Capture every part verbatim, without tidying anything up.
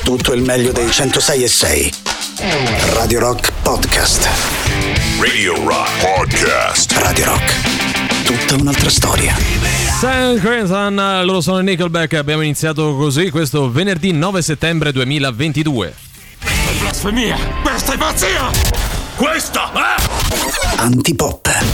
tutto il meglio dei centosei e sei. Radio Rock Podcast. Radio Rock Podcast. Radio Rock. Tutta un'altra storia. San Quentin, loro sono i Nickelback. Abbiamo iniziato così questo venerdì nove settembre duemilaventidue. Blasfemia! Questa è pazzia! Questa è Antipop.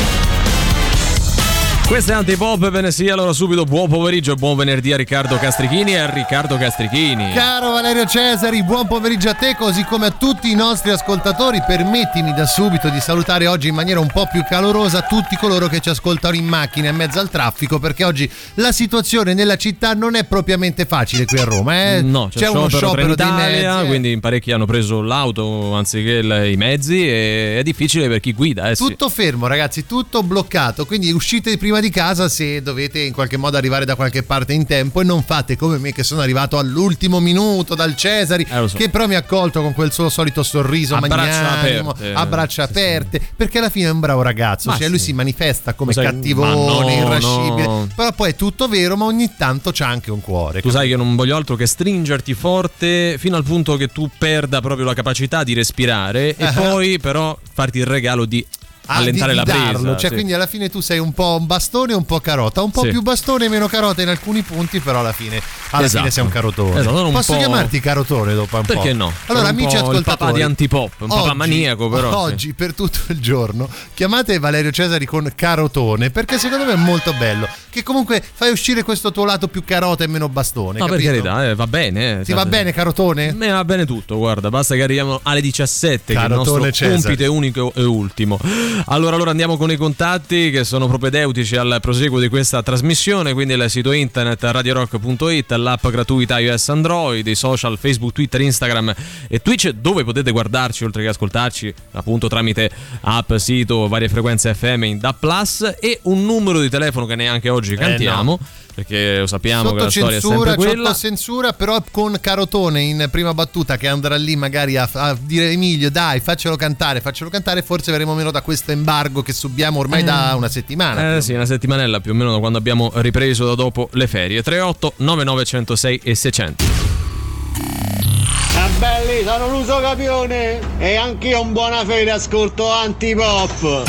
Questo è Antipop, ve ne sia allora subito buon pomeriggio e buon venerdì a Riccardo Castrichini e a Riccardo Castrichini. Caro Valerio Cesari, buon pomeriggio a te, così come a tutti i nostri ascoltatori. Permettimi da subito di salutare oggi in maniera un po' più calorosa tutti coloro che ci ascoltano in macchina in mezzo al traffico, perché oggi la situazione nella città non è propriamente facile qui a Roma, eh? No, c'è, c'è sciopero uno sciopero dei Trenitalia, mezzi, eh. quindi in parecchi hanno preso l'auto anziché il, i mezzi e è difficile per chi guida, eh, Tutto sì. fermo, ragazzi, tutto bloccato, quindi uscite prima di casa se dovete in qualche modo arrivare da qualche parte in tempo e non fate come me che sono arrivato all'ultimo minuto dal Cesari, eh, so. che però mi ha accolto con quel suo solito sorriso A braccia magnanimo, aperte. a braccia Sì, aperte, perché alla fine è un bravo ragazzo, Ma cioè sì. lui si manifesta come Sai, cattivone, ma no, irascibile, no. però poi è tutto vero, ma ogni tanto c'ha anche un cuore. Tu sai che non voglio altro che stringerti forte fino al punto che tu perda proprio la capacità di respirare e Uh-huh. poi però farti il regalo di Ah, allentare di, la di darlo, presa, cioè sì. quindi alla fine tu sei un po' un bastone e un po' carota, un po' Sì. più bastone e meno carota in alcuni punti, però alla fine alla Esatto. fine sei un carotone. Esatto, un Posso po'... chiamarti carotone dopo un po'? Perché no? Allora, Sono un amici po' ascoltatori, il papà di Antipop, un papà oggi, maniaco però. Oggi per tutto il giorno chiamate Valerio Cesari con carotone, perché secondo me è molto bello, che comunque fai uscire questo tuo lato più carota e meno bastone. No, per capito? carità, eh, va bene. Ti va bene carotone? A me va bene tutto, guarda, basta che arriviamo alle diciassette, che è il Carotone nostro Cesari. compito unico e ultimo. Allora, allora andiamo con i contatti che sono propedeutici al proseguo di questa trasmissione, quindi il sito internet radiorock punto it, l'app gratuita iOS Android, i social Facebook, Twitter, Instagram e Twitch, dove potete guardarci oltre che ascoltarci appunto tramite app, sito, varie frequenze F M in D A B plus, e un numero di telefono che neanche oggi cantiamo. Eh no. Perché lo sappiamo Sotto che la storia è censura, sempre quella. sotto censura, però con carotone in prima battuta che andrà lì magari a, a dire Emilio dai faccelo cantare, faccelo cantare, forse verremo meno da questo embargo che subiamo ormai Eh. da una settimana. Eh sì, una settimanella più o meno da quando abbiamo ripreso da dopo le ferie. tre otto nove nove zero sei e seicento. Ah belli, sono l'uso capione e anch'io un buona fede ascolto Antipop.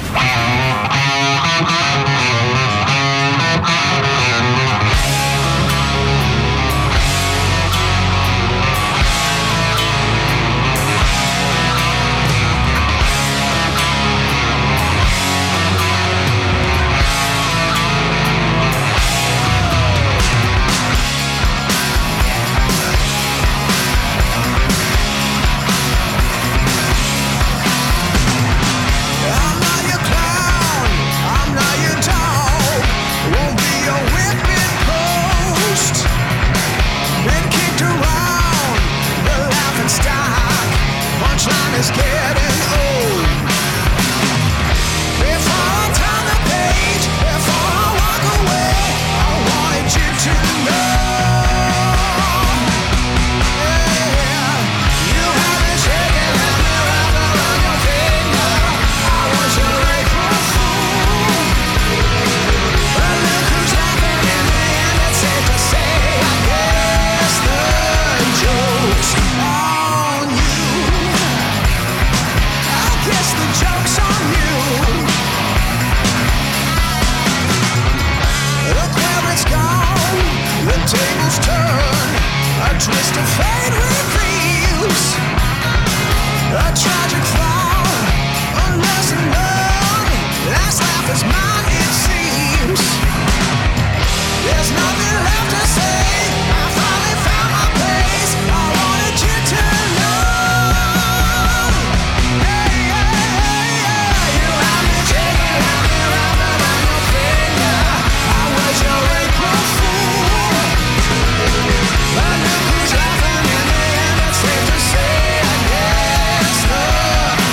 I'm not your clown, I'm not your dog. Won't be your whipping post. Been kicked around the laughing stock. Punchline is getting old. Before I turn the page, before I walk away, I wanted you to know. Yeah, you have me shaking and me wrapped around your finger. I was your April fool. But look who's laughing in the end. It's safe to say, I guess the joke's on you. I guess the joke's on you. Look where it's gone, the tables turn. A twist of fate reveals a tragic fall, unless and none. Last laugh is mine, it seems. There's nothing left to say. I finally found my place. I wanted you to know. Hey, hey, hey, hey. You have me shaking, have me wrapped around your finger. I was your April fool. But look who's laughing in the end. It's safe to say, I guess the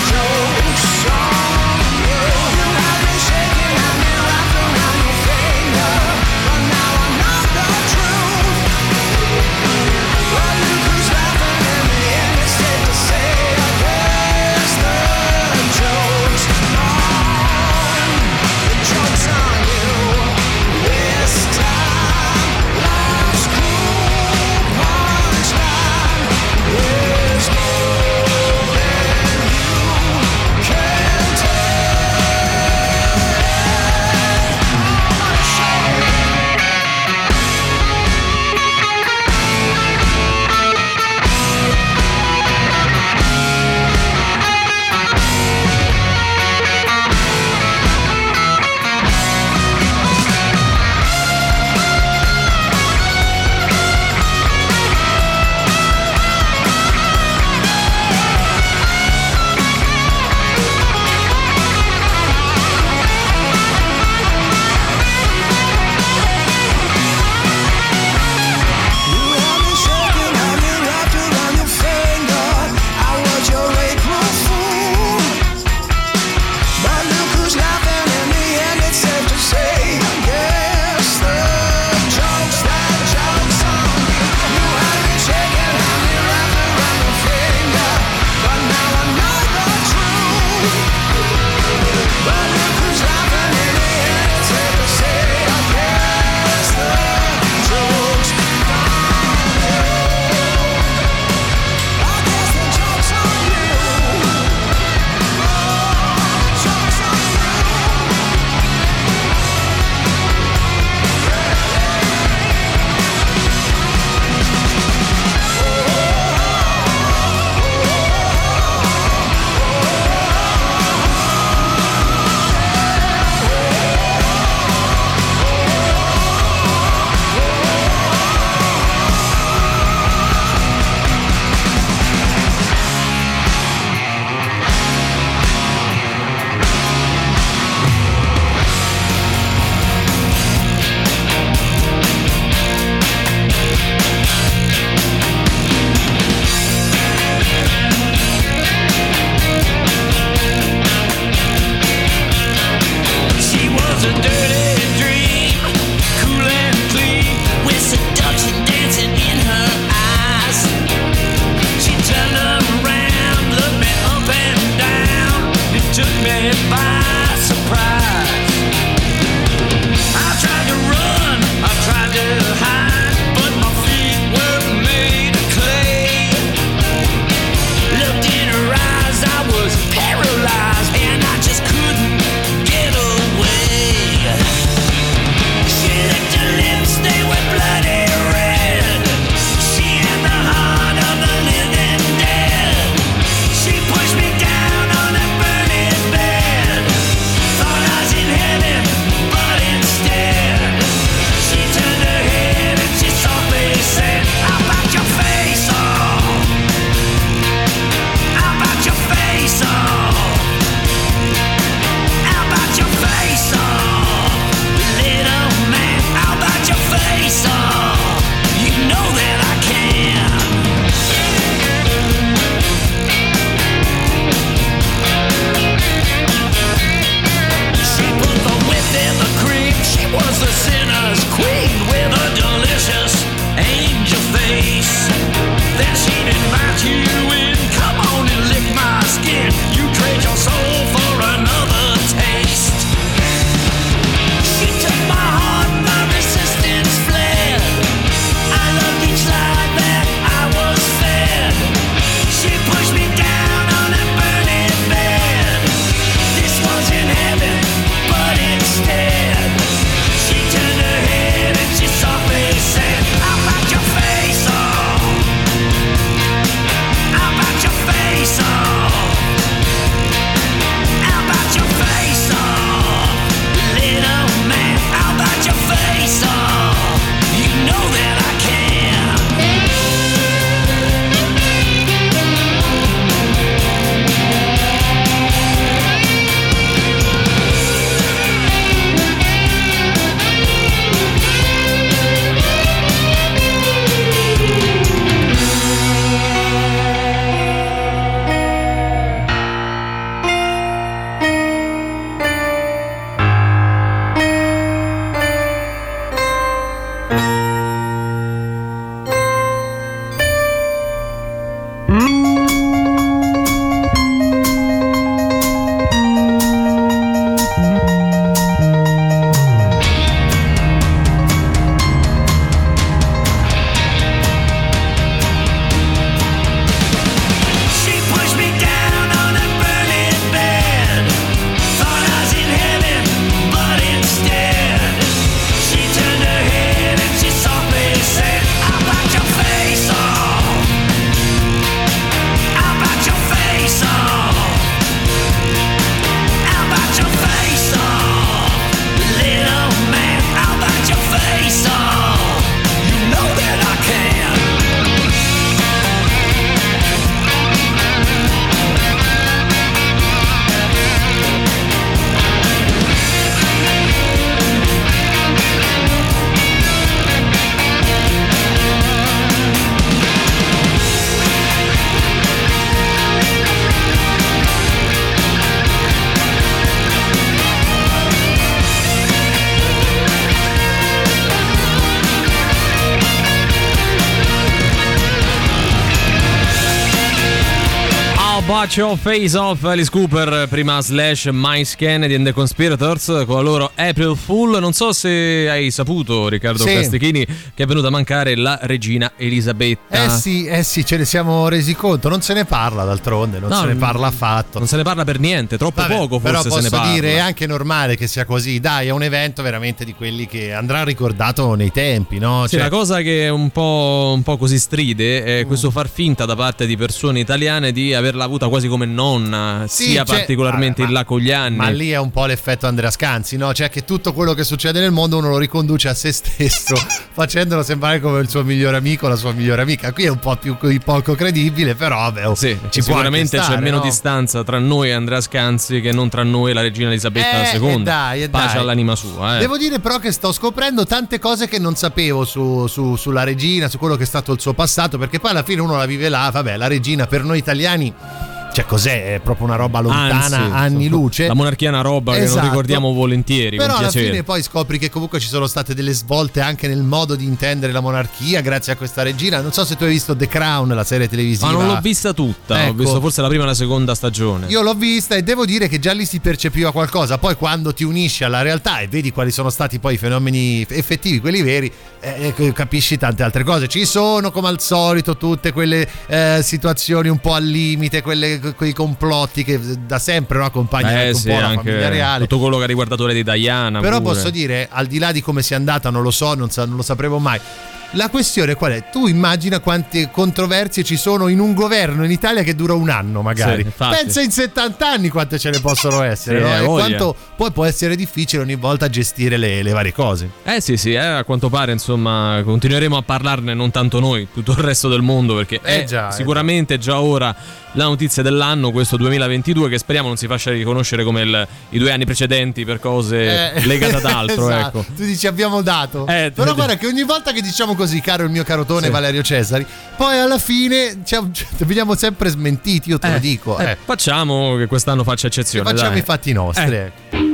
Batch of Face Off, Alice Cooper, prima Slash, Miles Kennedy and the Conspirators con la loro April Fool. Non so se hai saputo, Riccardo sì. Castichini, che è venuta a mancare la regina Elisabetta. Eh sì, eh sì, ce ne siamo resi conto, non se ne parla d'altronde, non No, se ne parla affatto. Non se ne parla per niente, troppo Vabbè, poco forse però se posso ne parla. dire, è anche normale che sia così, dai, è un evento veramente di quelli che andrà ricordato nei tempi, no? Sì, Cioè, la cosa che un po', un po' così stride è questo far finta da parte di persone italiane di averla avuta quasi come nonna, Sì, sia cioè, particolarmente ma, in là con gli anni. Ma lì è un po' l'effetto Andrea Scanzi, no? Cioè che tutto quello che succede nel mondo uno lo riconduce a se stesso, facendolo sembrare come il suo migliore amico, la sua migliore amica. Qui è un po' più poco credibile, però vabbè, oh, Sì, ci sicuramente può anche stare, c'è meno no? distanza tra noi e Andrea Scanzi che non tra noi e la regina Elisabetta Eh, seconda. e dai, e Pace dai. all'anima sua. Eh. Devo dire però che sto scoprendo tante cose che non sapevo su, su- sulla regina, su quello che è stato il suo passato, perché poi alla fine uno la vive là, vabbè, la regina per noi italiani, cioè cos'è? È proprio una roba lontana, Anzi, anni luce. La monarchia è una roba che Esatto. non ricordiamo volentieri. Però con alla piacere. fine poi scopri che comunque ci sono state delle svolte anche nel modo di intendere la monarchia grazie a questa regina. Non so se tu hai visto The Crown, la serie televisiva. Ma non l'ho vista tutta, Ecco. ho visto forse la prima e la seconda stagione. Io l'ho vista e devo dire che già lì si percepiva qualcosa. Poi quando ti unisci alla realtà e vedi quali sono stati poi i fenomeni effettivi, quelli veri, eh, eh, capisci tante altre cose. Ci sono come al solito tutte quelle eh, situazioni un po' al limite, quelle, quei complotti che da sempre, no, accompagnano Eh anche un sì, po' la anche famiglia reale. tutto quello che ha riguardato Lady Diana. Però pure. posso dire, al di là di come sia andata, non lo so, non, sa- non lo sapremo mai. La questione qual è? Tu immagina quante controversie ci sono in un governo in Italia che dura un anno magari. Sì, infatti. Pensa in settanta anni quante ce ne possono essere, Sì, no? eh, E voglia. quanto poi può essere difficile ogni volta gestire le, le varie cose. Eh sì sì, eh, a quanto pare insomma continueremo a parlarne, non tanto noi, tutto il resto del mondo, perché Eh è già, eh sicuramente già ora la notizia dell'anno, questo duemilaventidue, che speriamo non si faccia riconoscere come il- i due anni precedenti per cose Eh, legate ad altro. esatto. Ecco. Tu dici abbiamo dato. Eh, Però tu- guarda che ogni volta che diciamo così, caro il mio carotone Sì. Valerio Cesari, poi alla fine cioè, veniamo sempre smentiti, io te lo Eh, dico. eh, Eh. Facciamo che quest'anno faccia eccezione. Facciamo dai. i fatti nostri. Eh. ecco.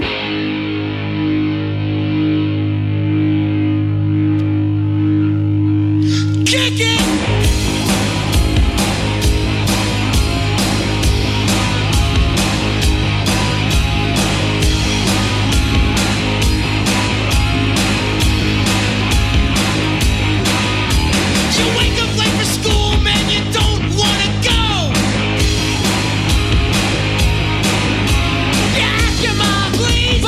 You wake up late for school, man, you don't wanna go. You ask your mom, please,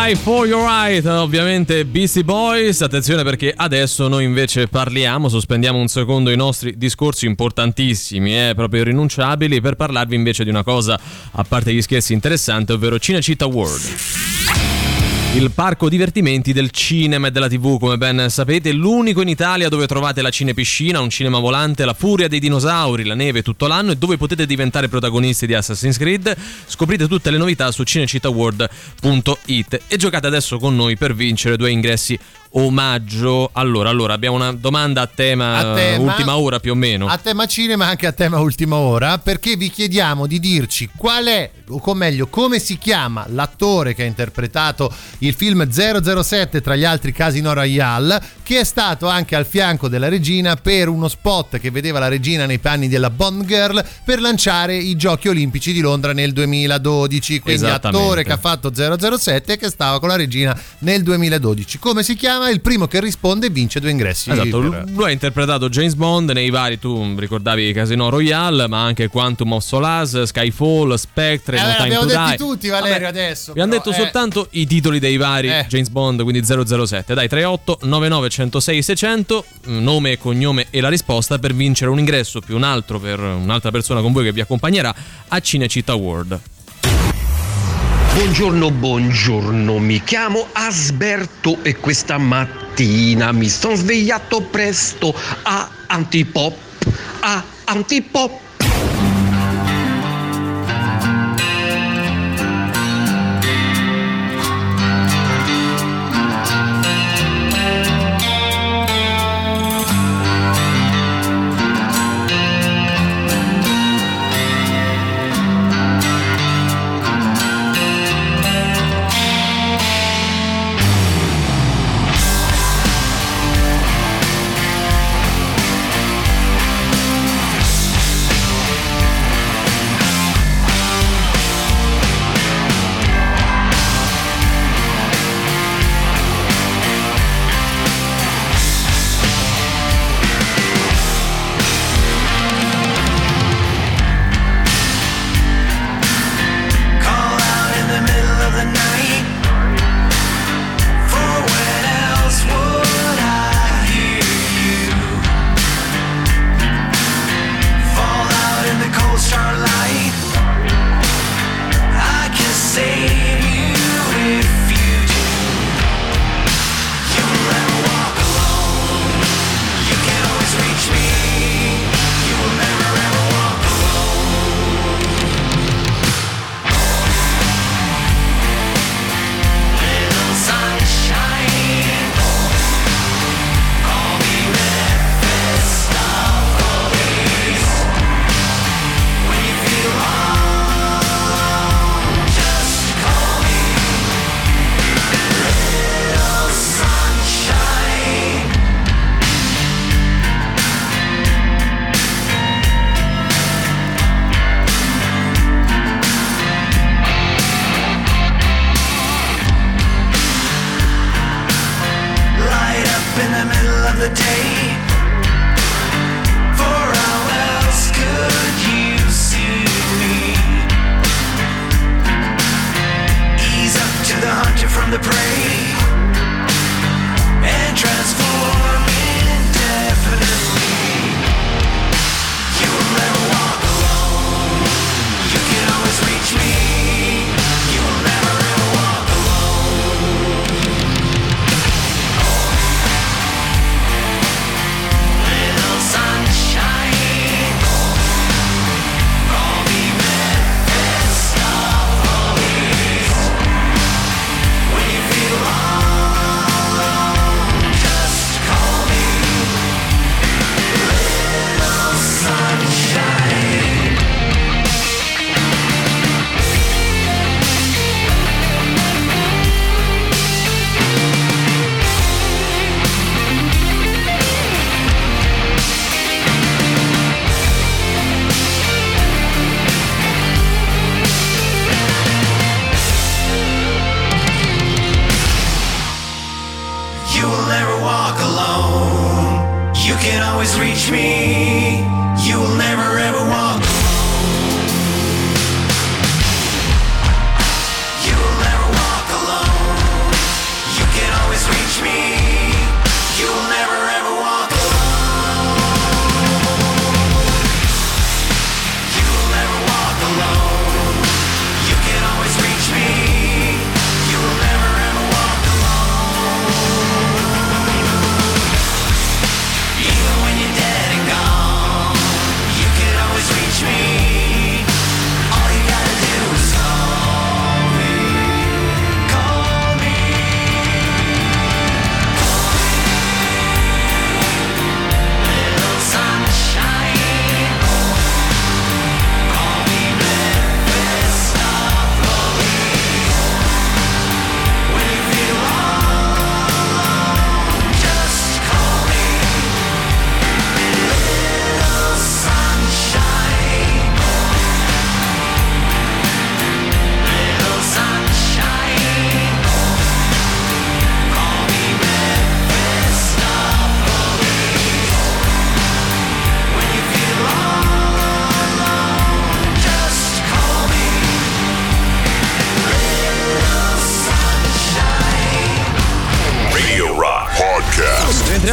Fight for Your Right, ovviamente Beastie Boys. Attenzione perché adesso noi invece parliamo, sospendiamo un secondo i nostri discorsi importantissimi, eh, proprio irrinunciabili, per parlarvi invece di una cosa, a parte gli scherzi, interessante, ovvero Cinecittà World. Il parco divertimenti del cinema e della tivù, come ben sapete, l'unico in Italia dove trovate la cinepiscina, un cinema volante, la furia dei dinosauri, la neve tutto l'anno e dove potete diventare protagonisti di Assassin's Creed. Scoprite tutte le novità su cinecittà world punto it e giocate adesso con noi per vincere due ingressi omaggio. Allora, allora abbiamo una domanda a tema, a tema ultima ora più o meno. A tema cinema, anche a tema ultima ora, perché vi chiediamo di dirci qual è, o meglio, come si chiama l'attore che ha interpretato il film zero zero sette tra gli altri Casino Royale, che è stato anche al fianco della regina per uno spot che vedeva la regina nei panni della Bond Girl per lanciare i Giochi Olimpici di Londra nel duemiladodici. Quindi attore che ha fatto zero zero sette e che stava con la regina nel duemiladodici. Come si chiama? Il primo che risponde vince due ingressi. Esatto, per... lui ha interpretato James Bond nei vari, tu ricordavi Casino Royale, ma anche Quantum of Solace, Skyfall, Spectre, eh, No Time abbiamo to detti Die. tutti, Valerio. Vabbè, adesso vi hanno detto eh. soltanto i titoli dei vari eh. James Bond, quindi zero zero sette. Dai, tre otto nove nove uno zero sei sei zero zero, nome e cognome e la risposta per vincere un ingresso più un altro per un'altra persona con voi che vi accompagnerà a Cinecittà World. Buongiorno, buongiorno, mi chiamo Asberto e questa mattina mi sono svegliato presto a Antipop, a Antipop.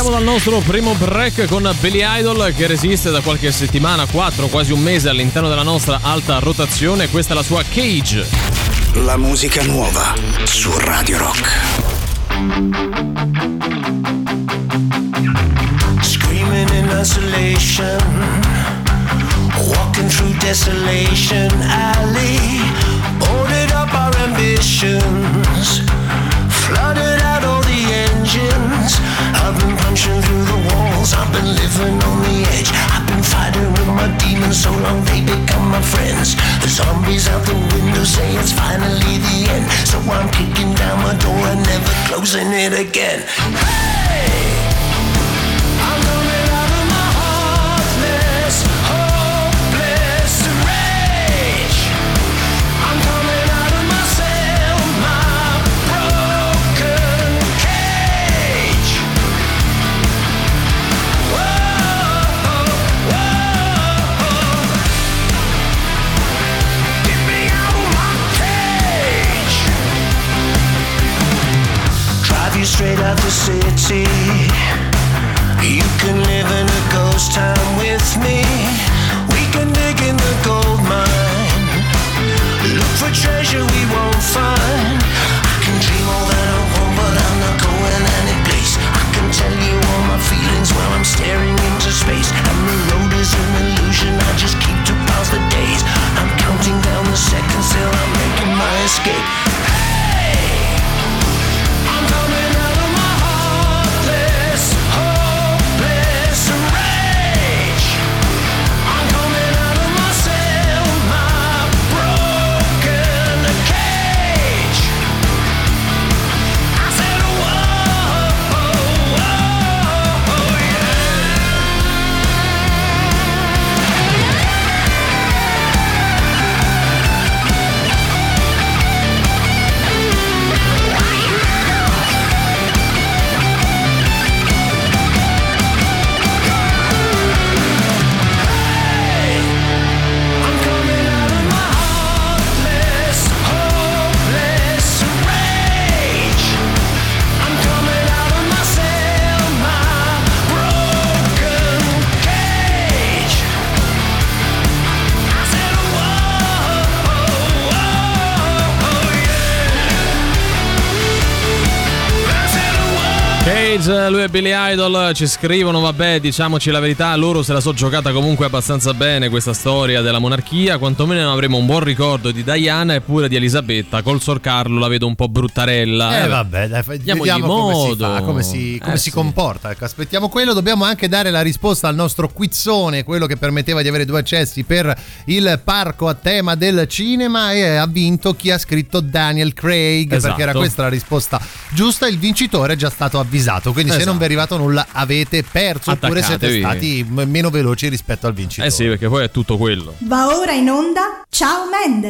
Torniamo dal nostro primo break con Billy Idol, che resiste da qualche settimana, quattro, quasi un mese all'interno della nostra alta rotazione. Questa è la sua Cage. La musica nuova su Radio Rock. Screaming in isolation, walking through desolation alley, boarded up our ambitions, flooded out all the engines. I've been punching through the walls, I've been living on the edge, I've been fighting with my demons so long they become my friends. The zombies out the window say it's finally the end, so I'm kicking down my door and never closing it again. Hey! I'm coming out of my heartless, hopeless rage. I'm coming out of myself, my broken cage. Whoa, whoa, get me out of my cage. Drive you straight out the city. You can live in a ghost town with me. We can dig in the gold mine, look for treasure we won't find. I can dream all that I want, but I'm not going any place. I can tell you all my feelings while I'm staring into space. And the road is an illusion, I just keep to pass the days. I'm counting down the seconds till I'm making my escape. Hey! I'm coming out of my heartless, hopeless rage. I'm coming out of myself, my broken cage. I said, whoa, whoa, yeah. I'm coming out of my heartless, hopeless rage. I'm coming out of myself, my broken cage. I said, whoa, whoa, yeah. I said, whoa. Cage, lui e Billy Idol ci scrivono, vabbè, diciamoci la verità, loro se la so giocata comunque abbastanza bene questa storia della monarchia, quantomeno avremo un buon ricordo di Diana e pure di Elisabetta. Col Sor Carlo la vedo un po' bruttarella. Eh vabbè, dai, fai- Diamogli vediamo come si modo. fa, come si, come Eh, si sì. comporta. Ecco, aspettiamo quello. Dobbiamo anche dare la risposta al nostro quizzone, quello che permetteva di avere due accessi per il parco a tema del cinema, e ha vinto chi ha scritto Daniel Craig, Esatto. perché era questa la risposta giusta. Il vincitore è già stato avvisato, quindi se Esatto. non vi è arrivato nulla avete perso, oppure siete Attaccatevi. stati m- meno veloci rispetto al vincitore. Eh sì, perché poi è tutto quello. Va ora in onda Ciao Mendel.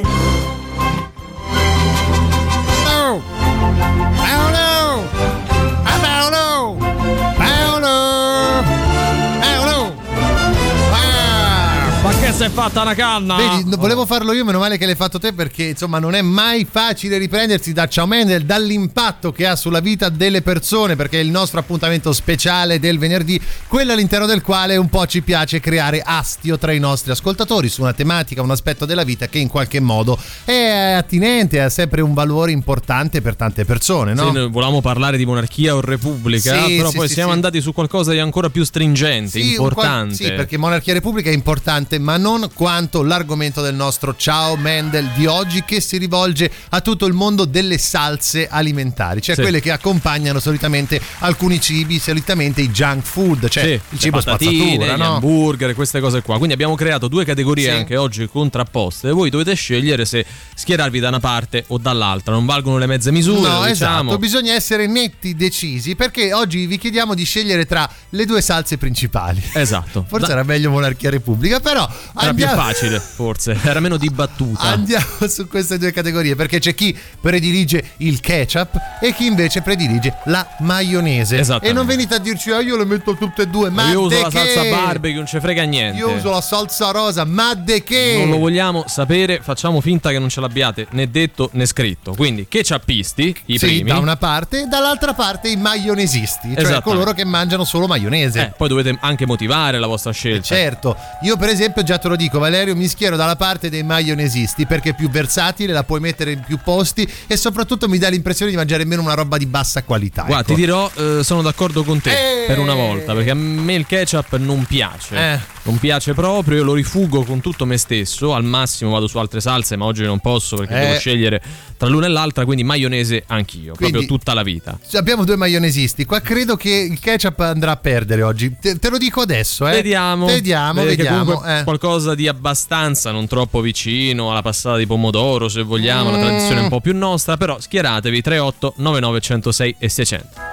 Oh. Paolo! Ah, Paolo! Paolo! Paolo! Ah! Ma che si è fatta una canna? Vedi, no, volevo farlo io, meno male che l'hai fatto te, perché insomma non è mai facile riprendersi da Ciao Mendel, dall'impatto che ha sulla vita delle persone, perché è il nostro appuntamento speciale del venerdì, quello all'interno del quale un po' ci piace creare astio tra i nostri ascoltatori su una tematica, un aspetto della vita che in qualche modo è attinente, ha sempre un valore importante per tante persone, no? Sì, noi volevamo parlare di monarchia o repubblica, Sì, però sì, poi sì, siamo sì. andati su qualcosa di ancora più stringente, Sì, un qual- importante. sì, perché monarchia e repubblica è importante, ma non quanto l'argomento del nostro Ciao Mendel di oggi, che si rivolge a tutto il mondo delle salse alimentari, cioè Sì. quelle che accompagnano solitamente alcuni cibi, solitamente i junk food, cioè Sì, il le cibo patatine, spazzatura, gli no? hamburger, queste cose qua. Quindi abbiamo creato due categorie Sì. anche oggi contrapposte. Voi dovete scegliere se schierarvi da una parte o dall'altra. Non valgono le mezze misure, No, diciamo. esatto, bisogna essere netti, decisi, perché oggi vi chiediamo di scegliere tra le due salse principali. Esatto. Forse Da- era meglio monarchia e repubblica, però Era Andiamo- più facile, forse, era meno dibattuta. Andiamo su queste due categorie, perché c'è chi predilige il ketchup e chi invece predilige la maionese. Esattamente. E non venite a dirci ah, io le metto tutte e due, ma io uso de la che? salsa barbecue, non ci frega niente. Io uso la salsa rosa, ma de che? Non lo vogliamo sapere, facciamo finta che non ce l'abbiate né detto né scritto. Quindi ketchupisti, i sì, primi. da una parte, dall'altra parte i maionesisti, cioè Esattamente. coloro che mangiano solo maionese. Eh, poi dovete anche motivare la vostra scelta. Certo, io per esempio già te lo dico Valerio, mi schiero dalla parte dei maionesisti perché è più versatile, la puoi mettere in più posti e soprattutto mi dà l'impressione di mangiare meno una roba di bassa qualità. Guarda, ecco. ti dirò, eh, sono d'accordo con te Eh. per una volta, perché a me il ketchup non piace. Eh. Non piace proprio, io lo rifugo con tutto me stesso. Al massimo vado su altre salse, ma oggi non posso perché Eh. devo scegliere tra l'una e l'altra, quindi maionese anch'io, Quindi- proprio tutta la vita. Abbiamo due maionesisti, qua credo che il ketchup andrà a perdere oggi, te, te lo dico adesso eh. Vediamo, Vediamo, Perché vediamo comunque eh. qualcosa di abbastanza, non troppo vicino alla passata di pomodoro, se vogliamo, la Mm. tradizione un po' più nostra, però schieratevi tre otto nove nove uno zero sei e seicento.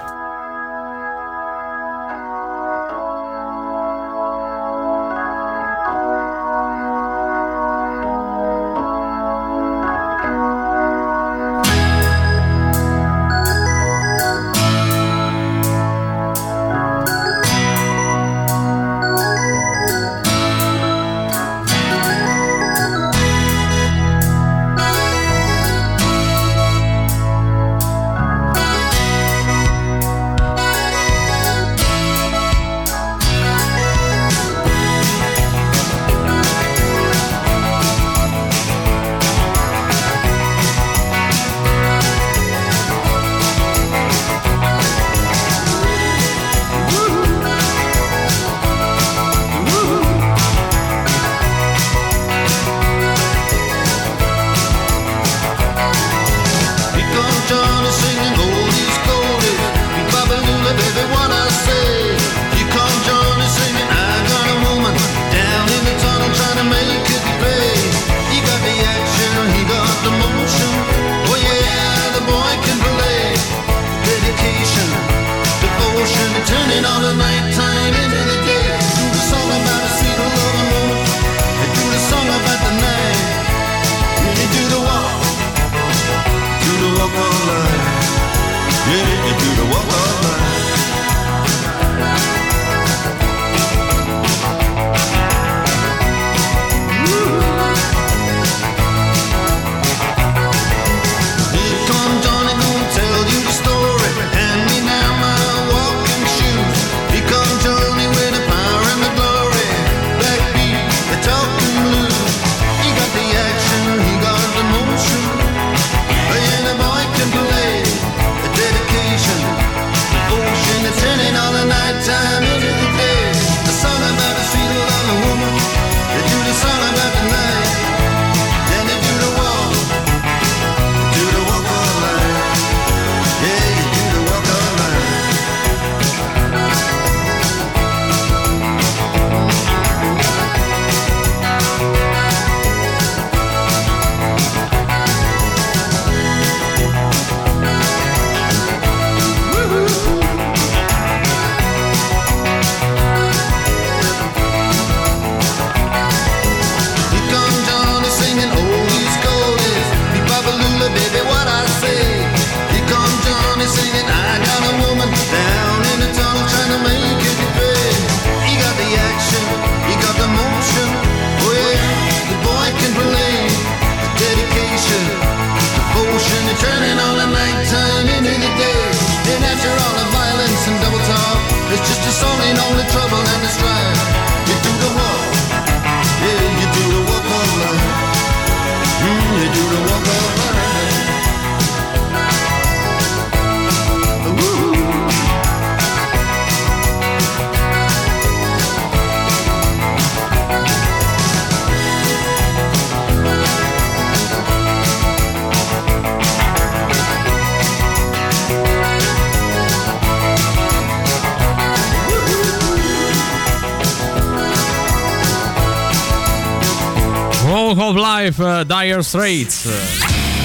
Walk of Life, uh, Dire Straits.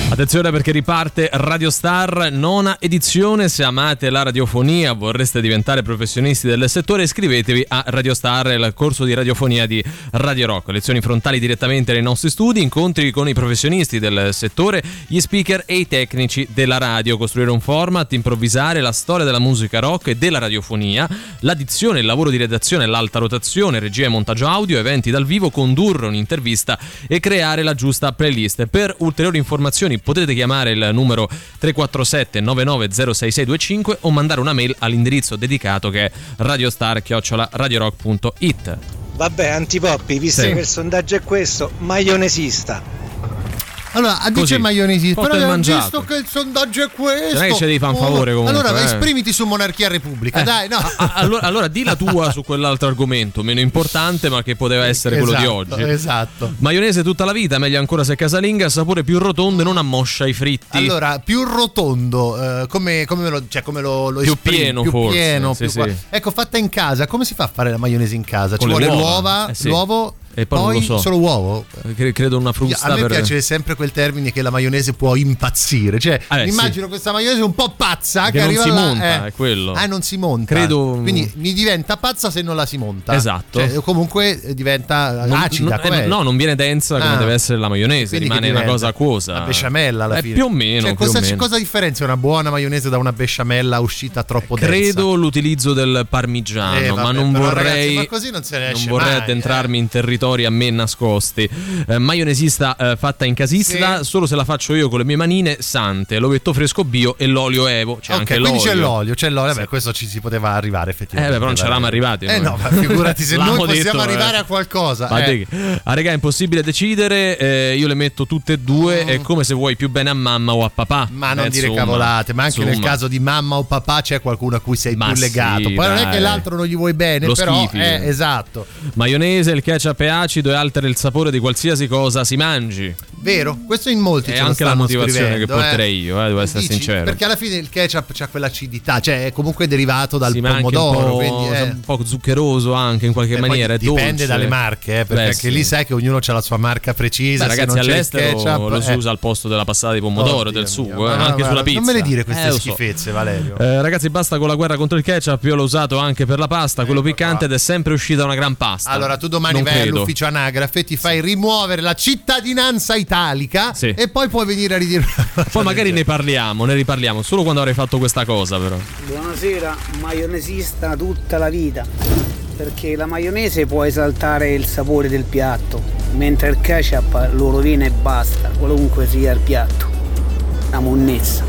Attenzione perché riparte Radio Star, nona edizione. Se amate la radiofonia, vorreste diventare professionisti del settore, iscrivetevi a Radio Star, il corso di radiofonia di Radio Rock. Lezioni frontali direttamente nei nostri studi, incontri con i professionisti del settore, gli speaker e i tecnici della radio, costruire un format, improvvisare la storia della musica rock e della radiofonia, l'addizione, il lavoro di redazione, l'alta rotazione, regia e montaggio audio, eventi dal vivo, condurre un'intervista e creare la giusta playlist. Per ulteriori informazioni potete chiamare il numero tre quattro sette nove nove zero sei sei due cinque o mandare una mail all'indirizzo dedicato che è radiostar chiocciola radiorock punto it. Vabbè, Antipoppi, visto Sì. che il sondaggio è questo, maionesista. Allora, dice Così. maionesi, Fatto però il abbiamo mangiato. visto che il sondaggio è questo. Non è che ci devi fare un Oh, favore comunque, Allora, eh. esprimiti su Monarchia e Repubblica, Eh, dai, no. a- allora, allora di la tua su quell'altro argomento meno importante ma che poteva essere quello di Esatto, oggi. Esatto. Maionese tutta la vita, meglio ancora se è casalinga, sapore più rotondo e non ammoscia i fritti. Allora, più rotondo, eh, come, come, me lo, cioè, come lo, lo Più esprimi? pieno, più forse, pieno, sì, più sì. qua- Ecco, fatta in casa, come si fa a fare la maionese in casa? Con Ci le vuole uova. l'uova, Eh sì. l'uovo E poi non lo so. solo uovo. Cre- credo una frusta A me per... piace sempre quel termine che la maionese può impazzire. Cioè, Ah, beh, immagino questa maionese un po' pazza Che che, non arriva si là, monta, eh. è quello. Ah, non si monta. Credo- Quindi mi diventa pazza se non la si monta. Esatto. Cioè, o comunque eh, diventa Non- acida. non- com'è? eh, no, non viene densa come Ah. deve essere la maionese, Quindi rimane che una diventa? cosa acquosa. Una besciamella alla Eh, fine. più o meno, Cioè, più cosa, o meno. cosa differenzia una buona maionese da una besciamella uscita troppo densa? Credo l'utilizzo del parmigiano, Eh, vabbè, ma non però, vorrei, ragazzi, ma così non se ne non esce vorrei mai, addentrarmi in territori a me nascosti. Eh, maionesista eh, fatta in casista, Sì. solo se la faccio io con le mie manine sante, l'ovetto fresco bio e l'olio Evo. C'è Ok, anche quindi l'olio. c'è l'olio, c'è l'olio. Vabbè, Sì. questo ci si poteva arrivare Eh, effettivamente. beh, però non c'eravamo arrivati. Eh noi. no, ma figurati se L'avevamo noi possiamo detto, arrivare eh. a qualcosa. Ma eh. te che- ah, regà, è impossibile decidere. eh, io le metto tutte e due. È come se vuoi più bene a mamma o a papà. Ma non Eh, dire insomma, cavolate, ma anche nel insomma. caso di mamma o papà c'è qualcuno a cui sei Ma più sì, legato. Poi non è dai. che l'altro non gli vuoi bene, Lo però schifi. eh, esatto. Maionese, il ketchup è acido e altera il sapore di qualsiasi cosa si mangi. Vero, questo in molti È ce lo anche la stanno motivazione che scrivendo, porterei eh. io, eh, devo essere Dici? sincero. Perché alla fine il ketchup c'ha quell'acidità, cioè è comunque derivato dal Sì, ma anche pomodoro, un po', quindi eh. un po' zuccheroso anche in qualche Eh, poi maniera. È dipende dolce. dalle marche, eh, perché Beh, anche sì. lì sai che ognuno ha la sua marca precisa. Beh, se ragazzi, non c'è il all'estero ketchup, lo si eh. usa al posto della passata di pomodoro, Oddio del mio, sugo, ma eh, no, anche ma sulla pizza. non me le dire queste Eh, lo so. schifezze, Valerio. Eh, ragazzi, basta con la guerra contro il ketchup. Io l'ho usato anche per la pasta, quello piccante, ed è sempre uscita una gran pasta. Allora, tu domani Non vai credo. all'ufficio anagrafe, ti fai rimuovere la cittadinanza italica Sì. e poi puoi venire a ridire. Poi magari ne parliamo, ne riparliamo, solo quando avrei fatto questa cosa, però. Buonasera, maionesista tutta la vita, perché la maionese può esaltare il sapore del piatto, mentre il ketchup lo rovina e basta, qualunque sia il piatto. Una monnezza.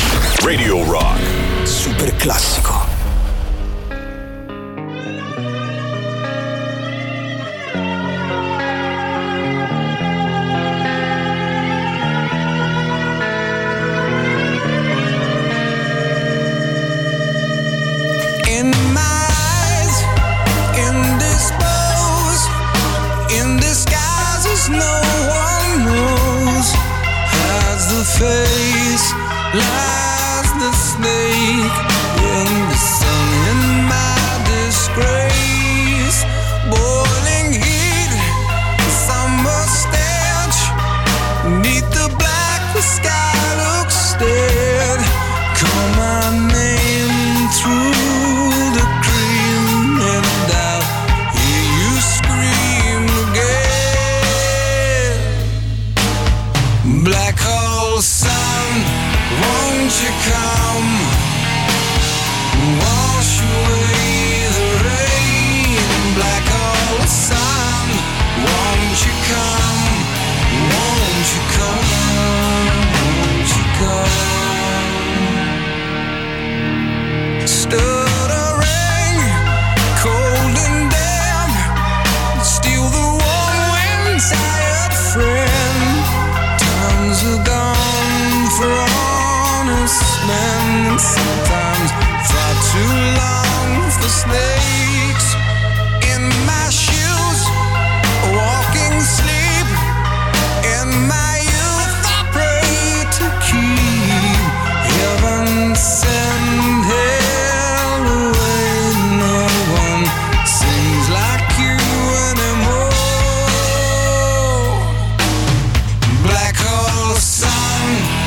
Radio Rock. Super classico. In my eyes, indisposed, in disguises no one knows. Has the face, lies the snake in the sun. In my disgrace, boiling heat, summer stench. Neath the black, the sky looks dead. Call my name through the cream, and I'll hear you scream again. Black hole sun, won't you come? Wash away the rain. Black hole sun, won't you come? Won't you come? Won't you come? Stuttering, cold and damp, steal the warm wind, tired friend. Times are gone for honest men. Sometimes far too long for snakes. In my shoes, walking sleep. In my youth, I pray to keep heaven send hell away. No one sings like you anymore. Black hole sun,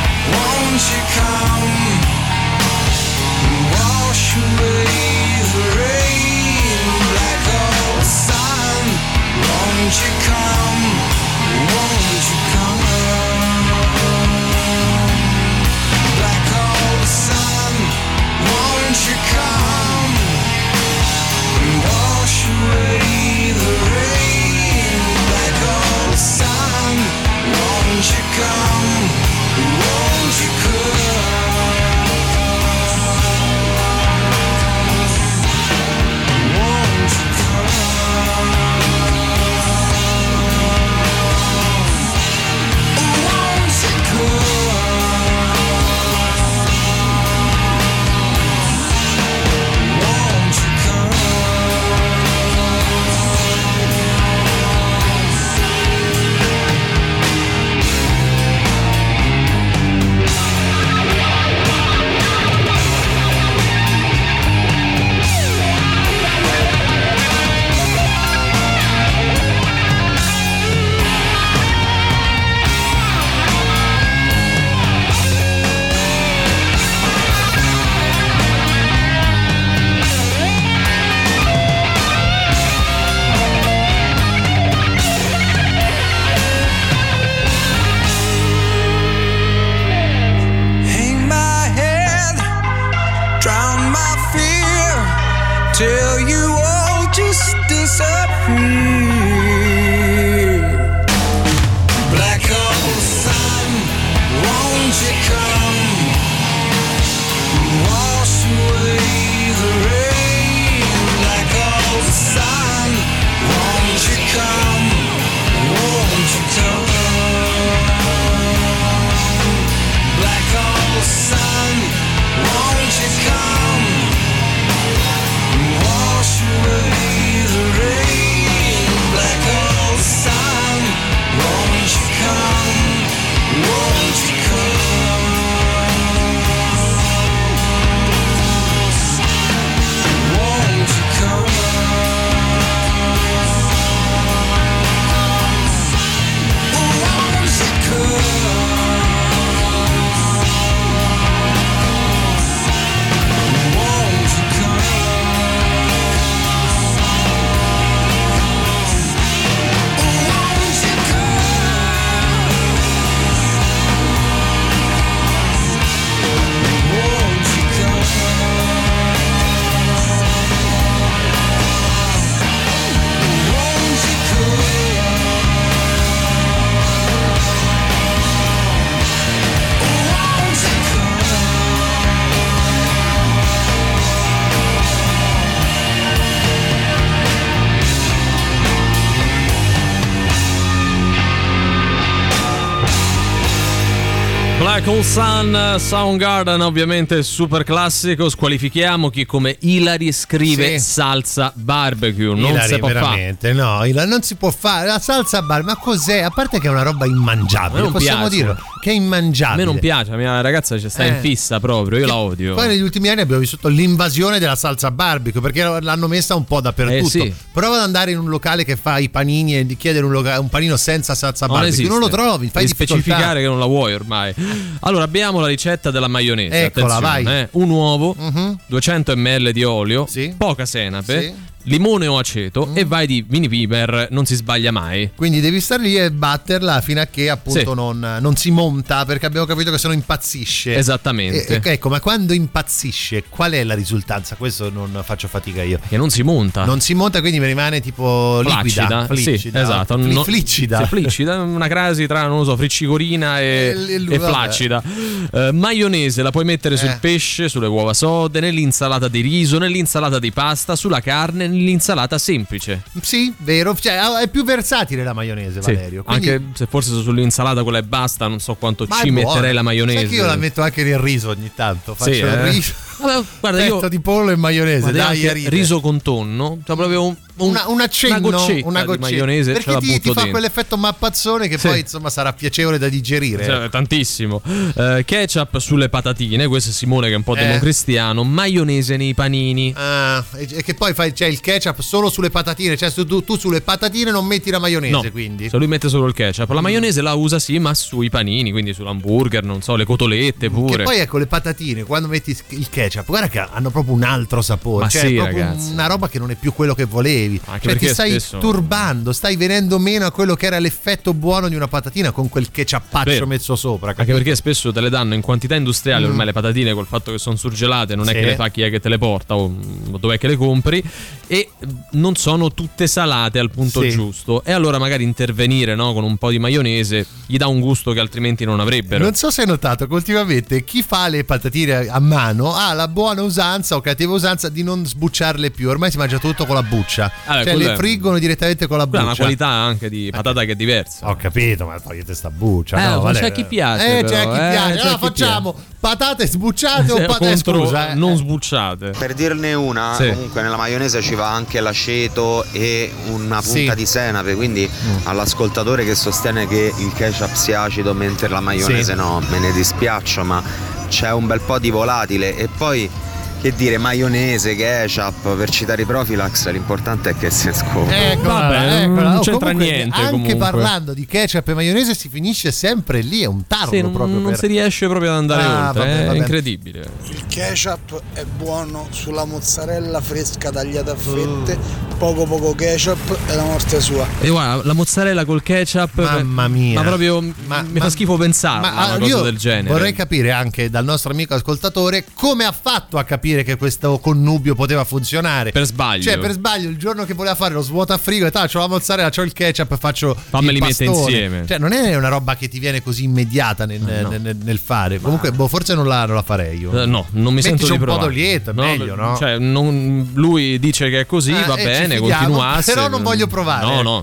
Michael Sun, Soundgarden, ovviamente super classico. Squalifichiamo chi come Ilari scrive Sì. salsa barbecue. Non Ilari, si può fare. veramente, no, Ilari, non si può fare la salsa bar, ma cos'è? A parte che è una roba immangiabile, A me non possiamo piace. dirlo, che è immangiabile. A me non piace, la mia ragazza ci sta Eh. in fissa proprio, io Che la odio. Poi negli ultimi anni abbiamo vissuto l'invasione della salsa barbecue, perché l'hanno messa un po' dappertutto. Eh, sì. Prova ad andare in un locale che fa i panini e di chiedere un, loca- un panino senza salsa Non barbecue, esiste. non lo trovi, fai Devi difficoltà. specificare che non la vuoi ormai. Allora abbiamo la ricetta della maionese. Eccola, Attenzione, vai. eh. Un uovo, Mhm. duecento millilitri di olio, Sì. poca senape, Sì. limone o aceto e vai di mini piper, non si sbaglia mai. Quindi devi stare lì e batterla fino a che appunto Sì. non, non si monta, perché abbiamo capito che se no impazzisce. Esattamente. E- e- ecco, ma quando impazzisce, qual è la risultanza? Questo non faccio fatica io. Che non si monta. Non si monta, quindi mi rimane tipo liquida, Flaccida, sì, esatto. Fli- Non- fliccida. sì, fliccida, una crasi tra, non lo so, friccicorina e, E- e- e vabbè. flaccida. Eh, maionese la puoi mettere sul Eh. pesce, sulle uova sode, nell'insalata di riso, nell'insalata di pasta, sulla carne, nell'insalata semplice. Sì, vero, cioè, è più versatile la maionese, Sì, Valerio. quindi- anche se forse sull'insalata quella e basta, non so quanto Ma ci è buona. metterei la maionese. Sai che io la metto anche nel riso ogni tanto. Faccio Sì, il eh. riso. Vabbè, guarda, io Petto di pollo e maionese, guarda, dai, anche a ridere. riso con tonno, cioè proprio un, un- una, un accenno, una goccetta, una di goccetta. maionese, ce perché la ti, ti butto fa dentro. quell'effetto mappazzone che Sì. poi insomma sarà piacevole da digerire. Cioè, tantissimo. Eh, ketchup sulle patatine, questo è Simone che è un po' Eh. democristiano. Maionese nei panini. Ah, e, e che poi fai c'è il ketchup solo sulle patatine, cioè su- tu, tu sulle patatine non metti la maionese, No, quindi. se lui mette solo il ketchup. La maionese la usa sì, ma sui panini, quindi sull'hamburger, non so, le cotolette pure. Che poi ecco le patatine quando metti il ketchup, guarda che hanno proprio un altro sapore, Ma cioè sì, è proprio ragazzi. una roba che non è più quello che volevi. Anche Cioè ti perché stai spesso- turbando, stai venendo meno a quello che era l'effetto buono di una patatina con quel ketchuppaccio Vero. messo sopra. Anche capito? perché spesso te le danno in quantità industriali ormai le patatine, col fatto che sono surgelate, non è Mm. Sì. che le fa chi è che te le porta o dov'è che le compri, e non sono tutte salate al punto Sì. giusto. E allora magari intervenire, no, con un po' di maionese gli dà un gusto che altrimenti non avrebbero. Non so se hai notato che ultimamente chi fa le patatine a mano ha la buona usanza o cattiva usanza di non sbucciarle più. Ormai si mangia tutto con la buccia. Ah, beh, cioè quello le è- friggono direttamente con la Quella è buccia. una qualità anche di patata che è diversa. Ho capito, ma togliete sta buccia. Eh, no, ma Valerio. c'è chi piace, Eh, c'è però, chi eh, piace. c'è Allora chi facciamo patate sbucciate o Se- patate contro scusa, eh. non sbucciate. Per dirne una, Sì. comunque nella maionese ci va anche l'aceto e una punta Sì. di senape, quindi all'ascoltatore che sostiene che il ketchup sia acido mentre la maionese Sì. no, me ne dispiaccio, ma c'è un bel po' di volatile. E poi, che dire, maionese, ketchup, per citare i Profilax, l'importante è che si scopra. Eccola, Vabbè, eccola. non Oh, c'entra comunque, niente, Anche comunque. parlando di ketchup e maionese si finisce sempre lì, è un tarlo Sì, non, proprio non per... si riesce proprio ad andare Ah, oltre, vabbè, è vabbè. incredibile. Il ketchup è buono sulla mozzarella fresca tagliata a fette, poco poco ketchup e la morte sua. E guarda, la mozzarella col ketchup, Mamma mia. ma proprio Ma- mi ma- fa schifo pensarla, Ma una ah, cosa io del genere. vorrei capire anche dal nostro amico ascoltatore come ha fatto a capire che questo connubio poteva funzionare. Per sbaglio. Cioè, per sbaglio, il giorno che voleva fare lo svuota frigo e tal, c'ho la mozzarella, c'ho il ketchup, faccio Fammeli il mettere pastone. insieme. Cioè, non è una roba che ti viene così immediata nel, No. nel- nel fare. Comunque, boh, forse non la, non la farei io. Eh, no, non mi sento Mettici di un provare. po' d'olietto, è meglio, no? Cioè, non- lui dice che è così, Eh, va e ci bene, fidiamo, continuasse. però non voglio provare. No, no.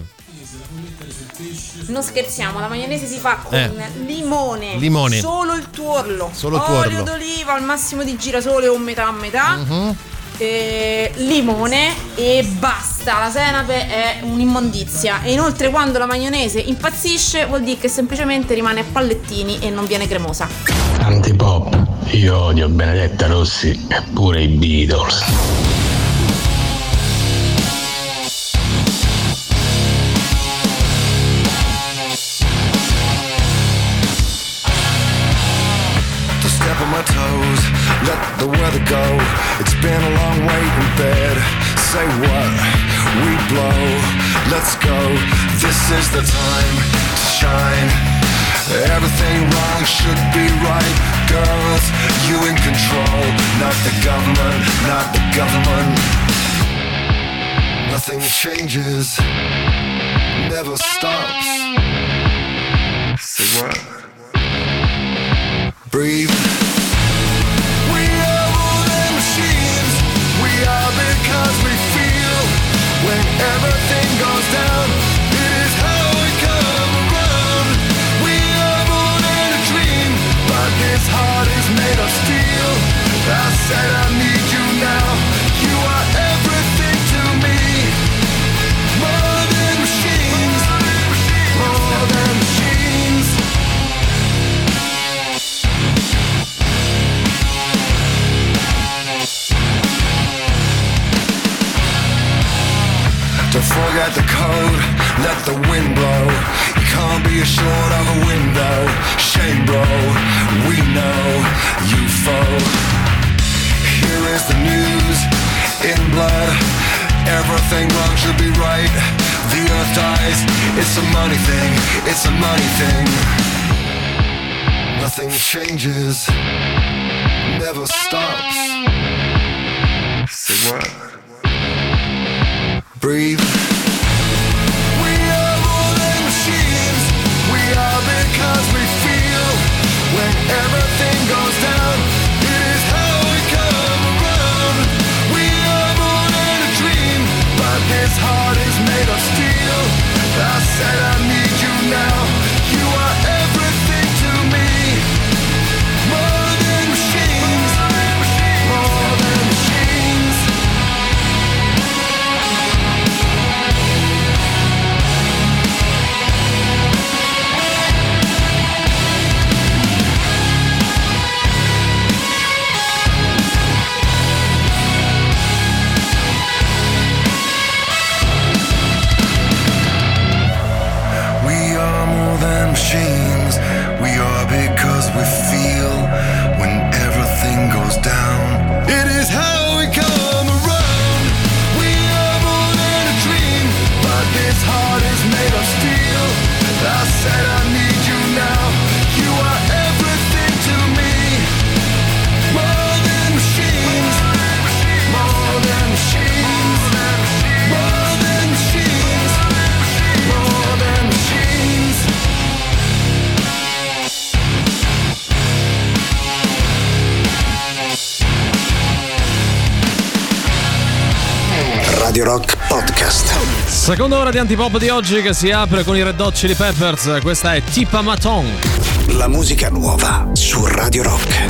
Non scherziamo, la maionese si fa con Eh. limone, Limone. solo il tuorlo, Solo il olio tuorlo. d'oliva, al massimo di girasole o metà a metà, Mhm. eh, limone e basta. La senape è un'immondizia e inoltre quando la maionese impazzisce vuol dire che semplicemente rimane a pallettini e non viene cremosa. Antipop, io odio Benedetta Rossi e pure i Beatles. To step on my toes, let the weather go. It's been a long wait in bed. Say what? We blow. Let's go. This is the time to shine. Everything wrong should be right. Girls, you in control. Not the government, not the government. Nothing changes, never stops. Say what? Breathe. We are more than machines. We are because we feel. When everything goes down, it is how we come around. We are more than a dream, but let the wind blow. You can't be assured of a window. Shame bro, we know you foe. Here is the news in blood. Everything wrong should be right. The earth dies, it's a money thing, it's a money thing. Nothing changes, never stops. Say what? Breathe. We are more than machines. We are because we feel. When everything goes down, it is how we come around. We are more than a dream, but this heart is made of steel. I said I need you now. You are everything to me. More than machines. More than machines. We are more than machines. We are because we feel when everything goes down. It is how we come around. We are more than a dream, but this heart is made of steel. I said I need you now. You are everything to me. More than machines. More than machines. More than machines. More than machines. Radio Rock Podcast. Seconda ora di Antipop di oggi che si apre con i Red Hot Chili Peppers. Questa è Tipa Maton. La musica nuova su Radio Rock.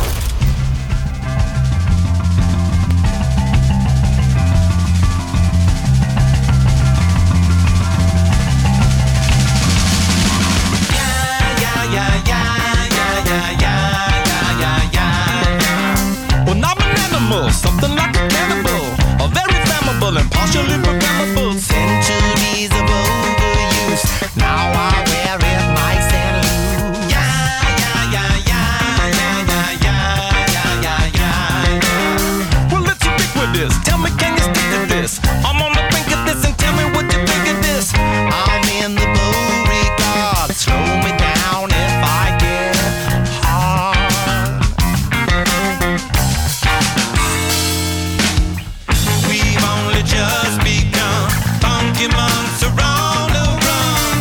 Well, I'm an animal, something like a cannibal, a very flammable and partially programmable. Centuries of overuse, now I wear it nice and loose. Yeah, yeah, yeah, yeah, yeah, yeah, yeah, yeah, yeah, yeah. Well, let's ubiquitous. Tell me, can you stick to this? I'm on the brink of this, and tell me what you think of this. I'm in the Beauregard. Slow me down if I get hard. We've only just begun. Funky months are on the run.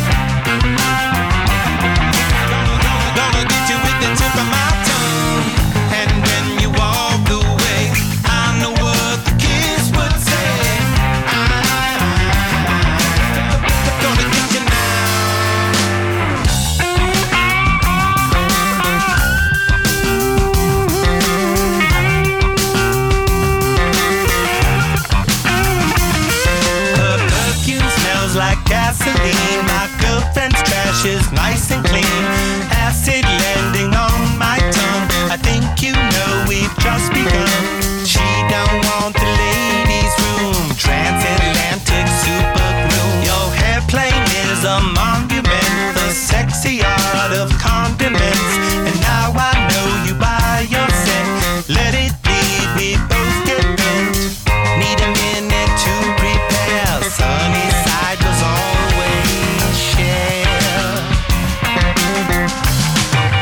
Gonna, gonna get you with the tip of my tongue. And when you walk away, I know what the kids would say. Gonna get you now. Her perfume smells like gasoline. My girlfriend's trash is nice and clean. Acid landing on my tongue. I think you know we've just begun. She don't want the ladies' room. Transatlantic super groom. Your airplane is a monument. The sexy art of condiments. And now I know you by your scent. Let it bleed, we both get bent. Need a minute to prepare. Sunny side was always shared.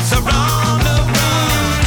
So on the run.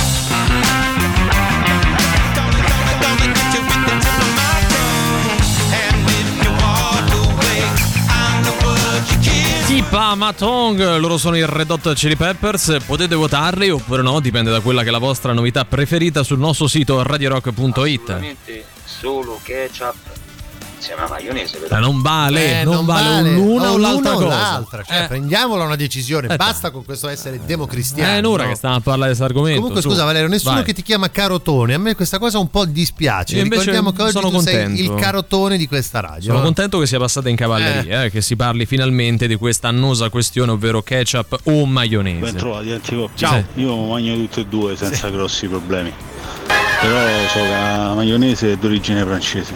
Gonna, gonna, gonna get you with the tip of my tongue. And if you walk away, I'm the word you kiss. Tipa Matong, loro sono i Red Hot Chili Peppers. Potete votarli oppure no, dipende da quella che è la vostra novità preferita sul nostro sito radio rock punto it. Assolutamente solo ketchup insieme alla maionese. Ma non vale, Eh, non, non vale, vale. o l'una O o l'altra l'una o cosa. l'altra, cioè, Eh. prendiamola una decisione, Eh, basta con questo essere democristiani. Eh, Nura no? che stava a parlare di questo argomento. Comunque su. scusa Valerio, nessuno Vai. che ti chiama carotone, a me questa cosa un po' dispiace. Io invece Ricordiamo che oggi sono tu contento. sei il carotone di questa radio. Sono no? contento che sia passata in cavalleria, eh, che si parli finalmente di questa annosa questione, ovvero ketchup o maionese. Ben trovati antipoppi. Ciao. Io mangio tutte e due senza grossi problemi. Però so che la maionese è d'origine francese.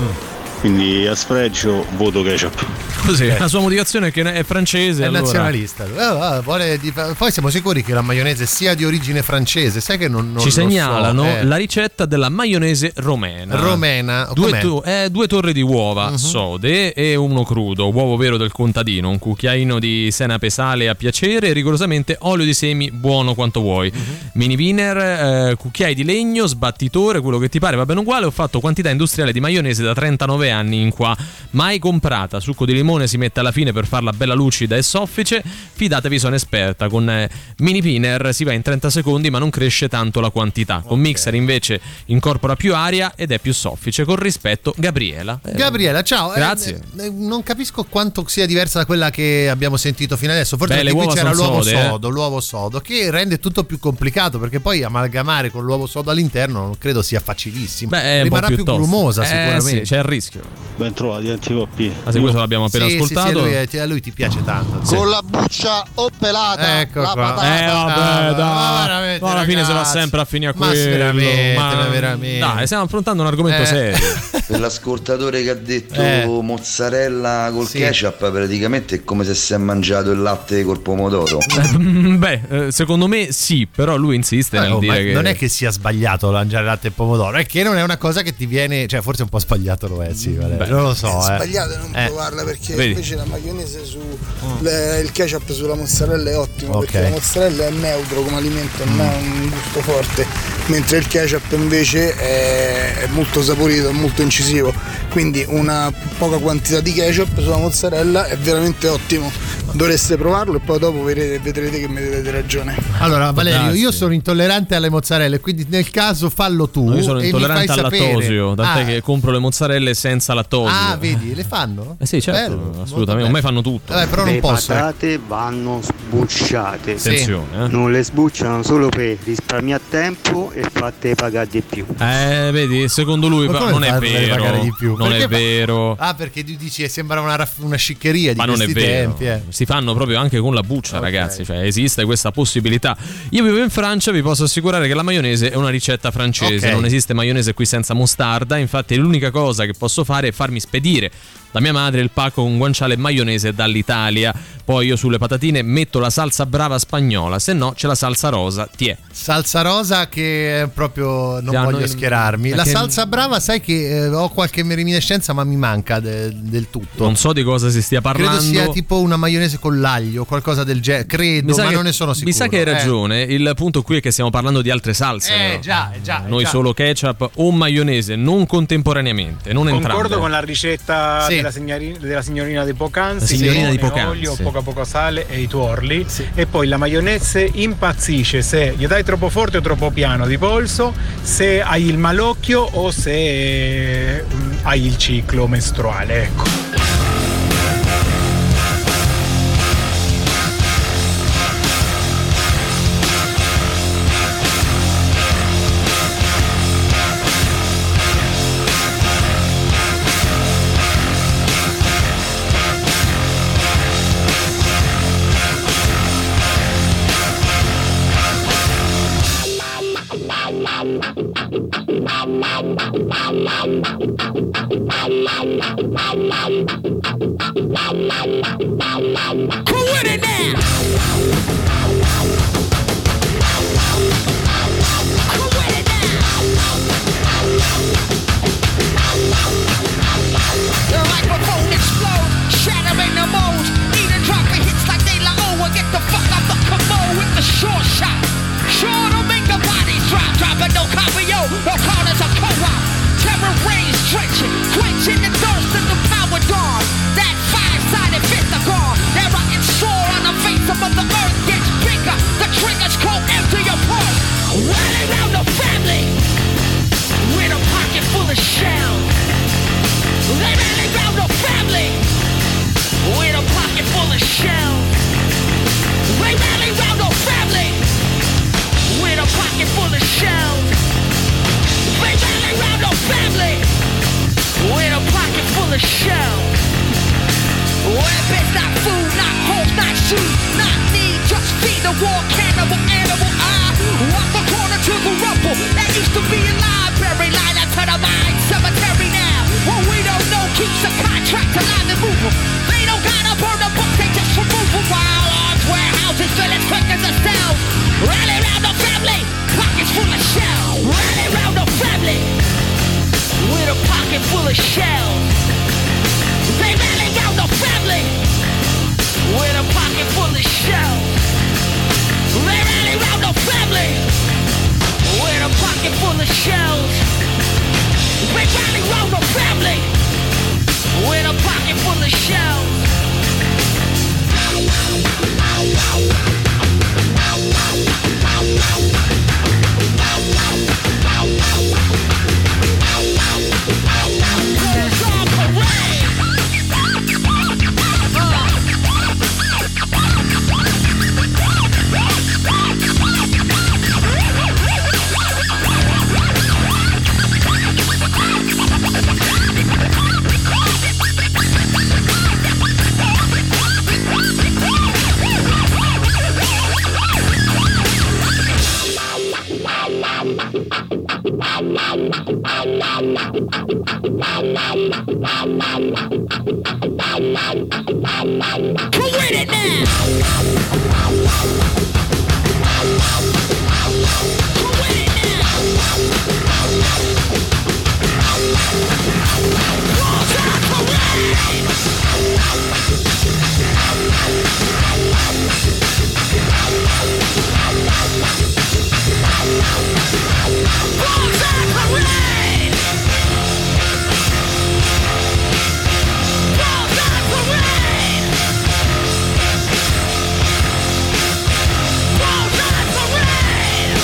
Quindi a sfregio voto ketchup. Così, la sua motivazione è che è francese. È allora. nazionalista. Eh, ah, vuole di- Poi siamo sicuri che la maionese sia di origine francese. Sai che non, non Ci lo segnalano so, eh. la ricetta della maionese romena. Romena, Due, com'è? to- eh, due torri di uova Mhm. sode e uno crudo, uovo vero del contadino, un cucchiaino di senape sale a piacere e rigorosamente olio di semi buono quanto vuoi. Mhm. Mini wiener, eh, cucchiai di legno, sbattitore, quello che ti pare, va bene uguale. Ho fatto quantità industriale di maionese da trentanove anni in qua, mai comprata. Succo di limone si mette alla fine per farla bella lucida e soffice. Fidatevi, sono esperta. Con eh, mini pinner si va in trenta secondi, ma non cresce tanto la quantità. Con mixer invece incorpora più aria ed è più soffice. Con rispetto, Gabriela. Eh, Gabriela, ciao. Eh, Grazie. eh, non capisco quanto sia diversa da quella che abbiamo sentito fino adesso. Forse Beh, perché le qui uova c'era son l'uovo sode, eh. sodo, l'uovo sodo, che rende tutto più complicato, perché poi amalgamare con l'uovo sodo all'interno non credo sia facilissimo. Beh, è un po' rimarrà più piuttosto. grumosa Eh, sicuramente. sì, c'è il rischio. Ben trovati antipoppi. Ah, se questo l'abbiamo appena Sì, sì, ascoltato. sì, a, lui, è- a lui ti piace tanto. Sì. Con la buccia o pelata. Ecco la qua. patata. Eh vabbè, Ah, dai. veramente, Ma alla fine si va ragazzi. sempre a finire a Ma quello. veramente, ma ma veramente. Dai, stiamo affrontando un argomento Eh. serio. Per l'ascoltatore che ha detto Eh. mozzarella col Sì. ketchup, praticamente è come se si è mangiato il latte col pomodoro. Beh, eh, secondo me sì, però lui insiste Eh, nel oh, ma dire che non è che sia sbagliato mangiare latte e pomodoro, è che non è una cosa che ti viene, cioè forse un po' sbagliato lo è, sì, Valerio, Beh, non lo so. È eh. sbagliato non Eh. provarla perché Vedi. invece la maionese su le- il ketchup sulla mozzarella è ottimo, Ok. perché la mozzarella è neutro come alimento, non ha un gusto forte, mentre il ketchup invece è, è molto saporito, è molto incisivo, quindi una poca quantità di ketchup sulla mozzarella è veramente ottimo, dovreste provarlo e poi dopo vedrete, vedrete che mi avete ragione. Allora Valerio, darsi. io sono intollerante alle mozzarelle, quindi nel caso fallo tu. io sono e intollerante mi al fai sapere. lattosio, tant'è Ah. che compro le mozzarelle senza lattosio. Ah, vedi, le fanno? Eh sì, certo, Bello, molto assolutamente, ormai fanno tutto. Vabbè, però non Le posso. eh. patate vanno sbucciate. Sì. Attenzione, eh. Non le sbucciano solo per risparmiare tempo e fatte pagare di più. Eh, vedi, secondo lui Ma però come non è farle pagare vero. di più? Non Perché è fa- vero. Ah, perché tu dici sembra una, raff- una sciccheria di Ma non è questi vero, tempi. Eh. si fanno proprio anche con la buccia, Ok. ragazzi. Cioè, esiste questa possibilità. Io vivo in Francia, vi posso assicurare che la maionese è una ricetta francese. Ok. Non esiste maionese qui senza mostarda. Infatti, l'unica cosa che posso fare è farmi spedire da mia madre il pacco con guanciale maionese dall'Italia. Poi io sulle patatine metto la salsa brava spagnola, se no c'è la salsa rosa. Tiè. Salsa rosa che è proprio non Sì, voglio hanno- schierarmi. La perché- salsa brava, sai che eh, ho qualche reminiscenza, ma mi manca de- del tutto. Non so di cosa si stia parlando. Credo sia tipo una maionese con l'aglio, qualcosa del genere. Credo, Mi sa ma che- non ne sono sicuro. Mi sa che hai Eh. ragione. Il punto qui è che stiamo parlando di altre salse. Eh, però. già, eh, già, eh, Noi già. solo ketchup o maionese, non contemporaneamente, non Concordo entrambe. con la ricetta Sì. della, signorina, della signorina di poc'anzi, La signorina di limone, poc'anzi, olio, sì. poco a poco sale e i tuorli, e poi la maionese impazzisce se gli dai troppo forte o troppo piano di polso, se hai il malocchio o se mm, hai il ciclo mestruale, ecco. Who with it now? Who with it now? The microphone explode, shattering the mold. Need a drop of hits like De La O, or get the fuck out the commode with the short shot. no corners of co-op. Terror rays stretching, quenching the thirst of the power dawn. That five-sided pentagon, their rotten sword on the face of the earth gets bigger. The triggers go empty your pulse. Rally round the family with a pocket full of shells. They rally round the family with a pocket full of shells. They rally round the family with a pocket full of shells. They rally round the family with a pocket full of shells. Weapons, not food, not hope, not shoes, not need, just feed the war cannibal animal. I walk the corner to the rumble that used to be a library, line up to the mine cemetery now. What we don't know keeps the contract alive and moving. They don't gotta burn the book, they just remove them. While arms, warehouses fill as quick as a cell. Rally round the family, pockets full of shells. Rally round the family with a pocket full of shells. They rally round the family with a pocket full of shells. They rally round the family with a pocket full of shells. They rally round the family with a pocket full of shells. Who with it now? Who with it now? Walls on parade. Walls on parade. Walls on parade. Walls on parade.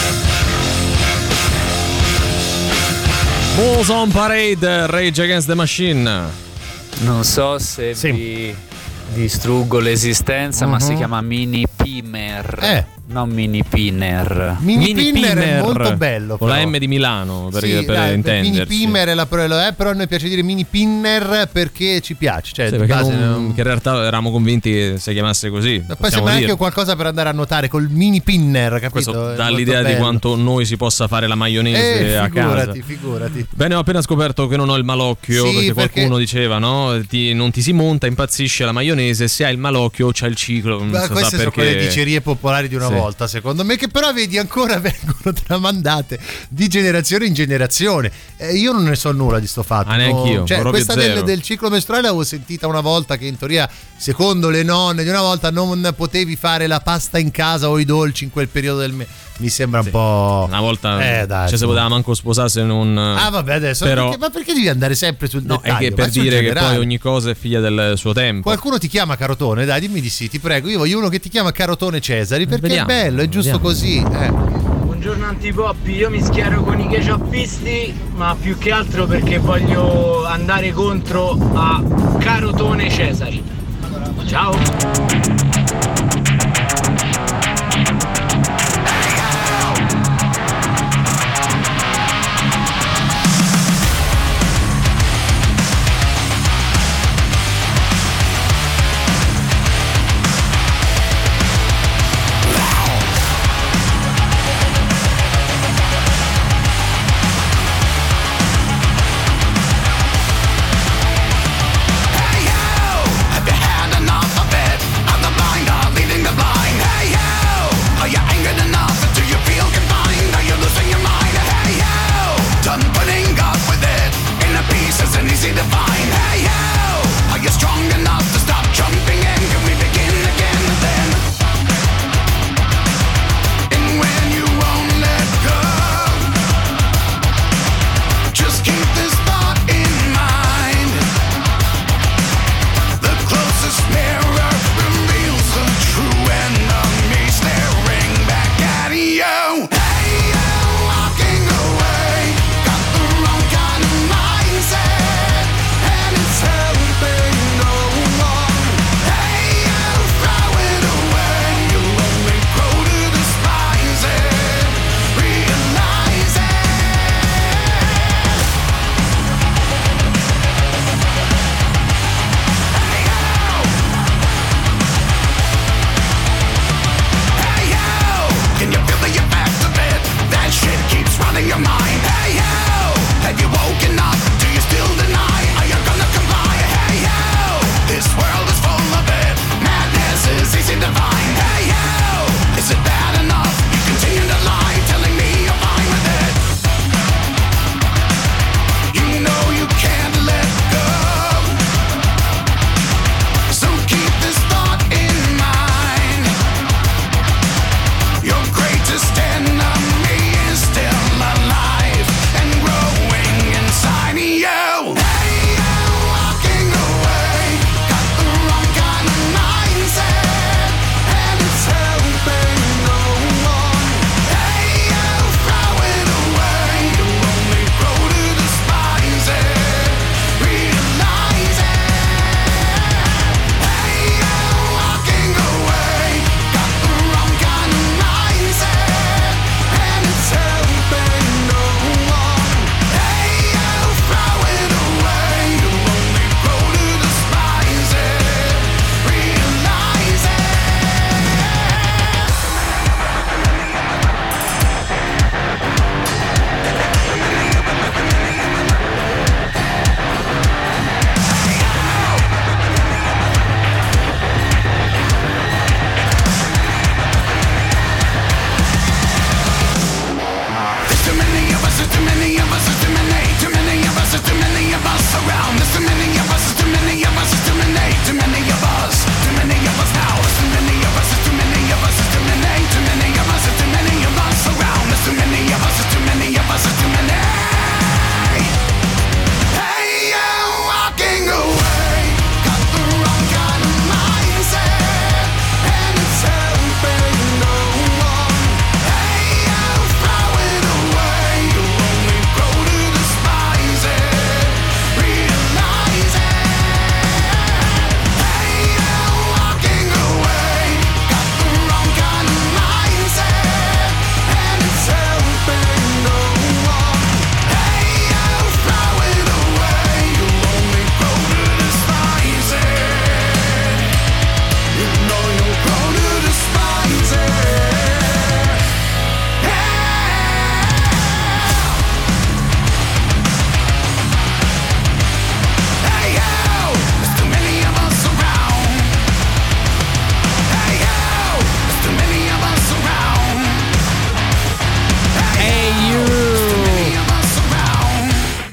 Balls on Parade, Rage Against the Machine. Non so se vi distruggo l'esistenza, ma si chiama Mini Pimer. Eh. Non Mini Pinner. Mini, Mini Pinner, Pinner è molto bello. Con la M di Milano, per, sì, per dai, intenderci. Mini Pinner è la parola, eh, però a noi piace dire Mini Pinner perché ci piace. Cioè, sì, di base non, non... che in realtà eravamo convinti che si chiamasse così. Ma poi sembra dire. Anche qualcosa per andare a notare col Mini Pinner, capito? Questo dà l'idea di quanto noi si possa fare la maionese eh, a figurati, casa. Figurati. Bene, ho appena scoperto che non ho il malocchio, sì, perché, perché qualcuno diceva, no? Ti, non ti si monta, impazzisce la maionese, se hai il malocchio c'è il ciclo. Non Ma so queste sono perché... quelle dicerie popolari di una sì. volta, secondo me, che però vedi ancora vengono tramandate di generazione in generazione. Eh, io non ne so nulla di sto fatto. Ah, neanch'io. Cioè, questa del, zero. del ciclo mestruale l'avevo sentita una volta, che in teoria, secondo le nonne di una volta, non potevi fare la pasta in casa o i dolci in quel periodo del mese. Mi sembra sì. un po'. Una volta eh, dai, cioè, si poteva manco sposare se non. Ah, vabbè, adesso. Però... Perché, ma perché devi andare sempre sul no, dettaglio? è che per Vai sul dire generale. che poi ogni cosa è figlia del suo tempo. Qualcuno ti chiama Carotone? Dai, dimmi di sì, ti prego. Io voglio uno che ti chiama Carotone Cesari, perché vediamo, è bello, è giusto vediamo. così. Eh. Buongiorno antipoppi, io mi schiero con i ketchupisti, ma più che altro perché voglio andare contro a Carotone Cesari. Ciao! Have your hand on the bed, on the blind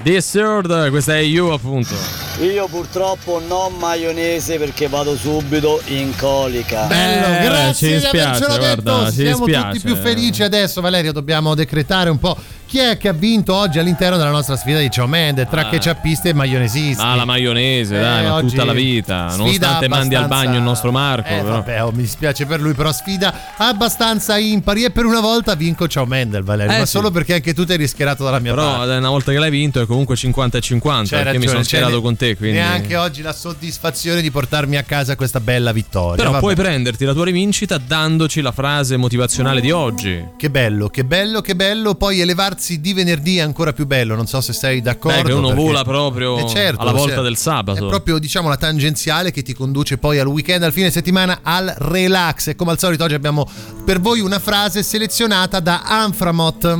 Dessert, questa è You appunto. Io purtroppo non maionese perché vado subito in colica. Bello, Eh, grazie ci di dispiace, avercelo detto. guarda, ci Siamo dispiace. tutti più felici adesso, Valerio. Dobbiamo decretare un po' chi è che ha vinto oggi all'interno della nostra sfida di Ciao Mende tra Ah. ketchupisti e maionesisti. Ah, la maionese, Eh, dai, ma oggi tutta la vita. sfida Nonostante mandi al abbastanza- bagno il nostro Marco. Eh, però. vabbè, oh, mi dispiace per lui, però sfida abbastanza impari e per una volta vinco Ciao Mendel, Valerio, Eh, ma sì. solo perché anche tu ti hai rischierato dalla mia Però parte. una volta che l'hai vinto è comunque cinquanta e cinquanta. C'hai Perché mi ragione, sono schierato c'è con te. Quindi... neanche oggi la soddisfazione di portarmi a casa questa bella vittoria. Però Vabbè. puoi prenderti la tua rivincita dandoci la frase motivazionale di oggi. Che bello, che bello, che bello. Poi elevarsi di venerdì è ancora più bello. Non so se sei d'accordo. Beh, che uno perché- vola proprio Eh, certo, alla volta sì. del sabato. È proprio, diciamo, la tangenziale che ti conduce poi al weekend, al fine settimana, al relax. E come al solito oggi abbiamo per voi una frase selezionata da Anframot,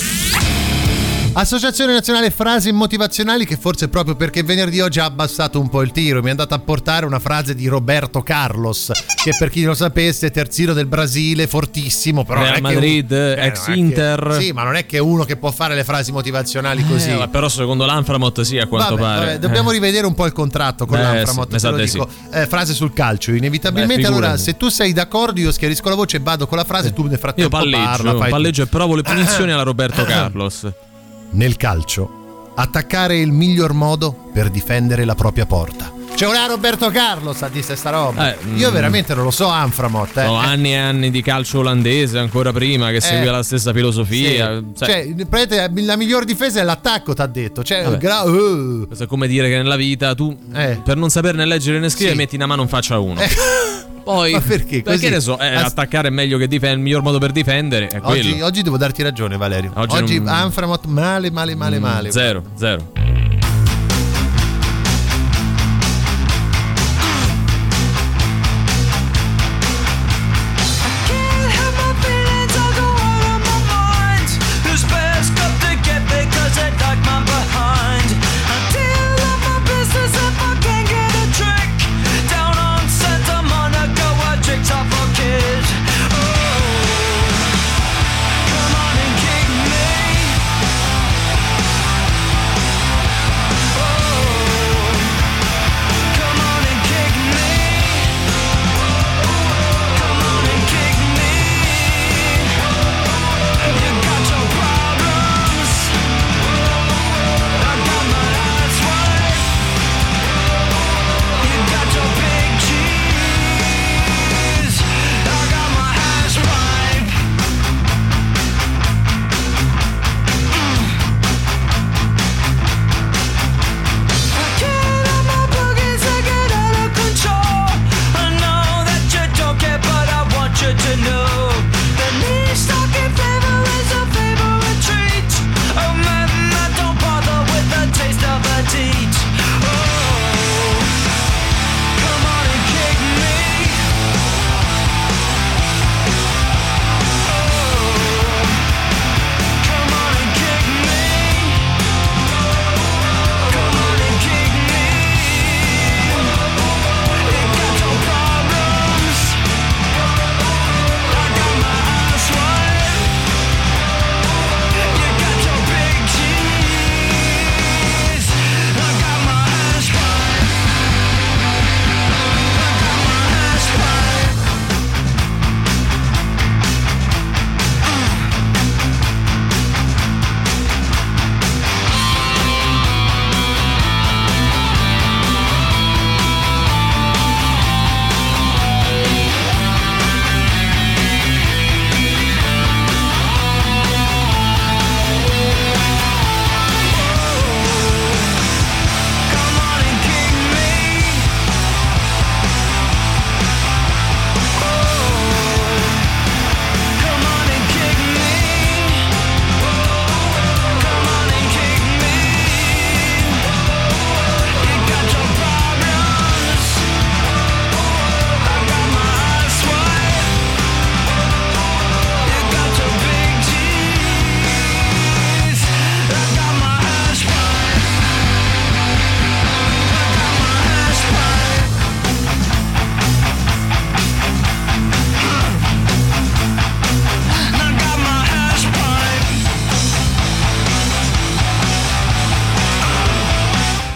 Associazione Nazionale Frasi Motivazionali, che forse proprio perché venerdì oggi ha abbassato un po' il tiro. Mi è andata a portare una frase di Roberto Carlos, che per chi non lo sapesse è terzino del Brasile, fortissimo, però Real non è che Madrid, un- eh, ex non è che- Inter. sì, ma non è che è uno che può fare le frasi motivazionali così. Eh, però secondo l'Anframot sì, a quanto Vabbè, pare. vabbè, dobbiamo Eh. rivedere un po' il contratto con Eh, l'Anframot, sì, mi te sa lo di dico. Eh, frase sul calcio, inevitabilmente. Beh, Allora, figurati. se tu sei d'accordo, io schiarisco la voce e vado con la frase, tu nel Io frattempo palleggio, parla, fai palleggio tu. e provo le punizioni alla Roberto Carlos. Nel calcio, attaccare è il miglior modo per difendere la propria porta. C'è una Roberto Carlos a dire sta roba. Eh, Io mm. veramente non lo so, Anframot. Eh. Sono anni e anni di calcio olandese, ancora prima, che segue Eh, la stessa filosofia. Sì. Cioè, praticamente, la miglior difesa è l'attacco, t'ha detto. Cioè, Vabbè. gra- uh. Questo è come dire che nella vita tu, Eh. per non saperne leggere né scrivere, Sì. metti una mano in faccia a uno. Poi, Ma perché? Così? Perché ne so, eh, As- attaccare è meglio che difendere, il miglior modo per difendere è quello. Oggi, oggi devo darti ragione, Valerio. Oggi Oggi, non- Anframot male, male, male, Mm, male. Zero, zero. Come on and kick me.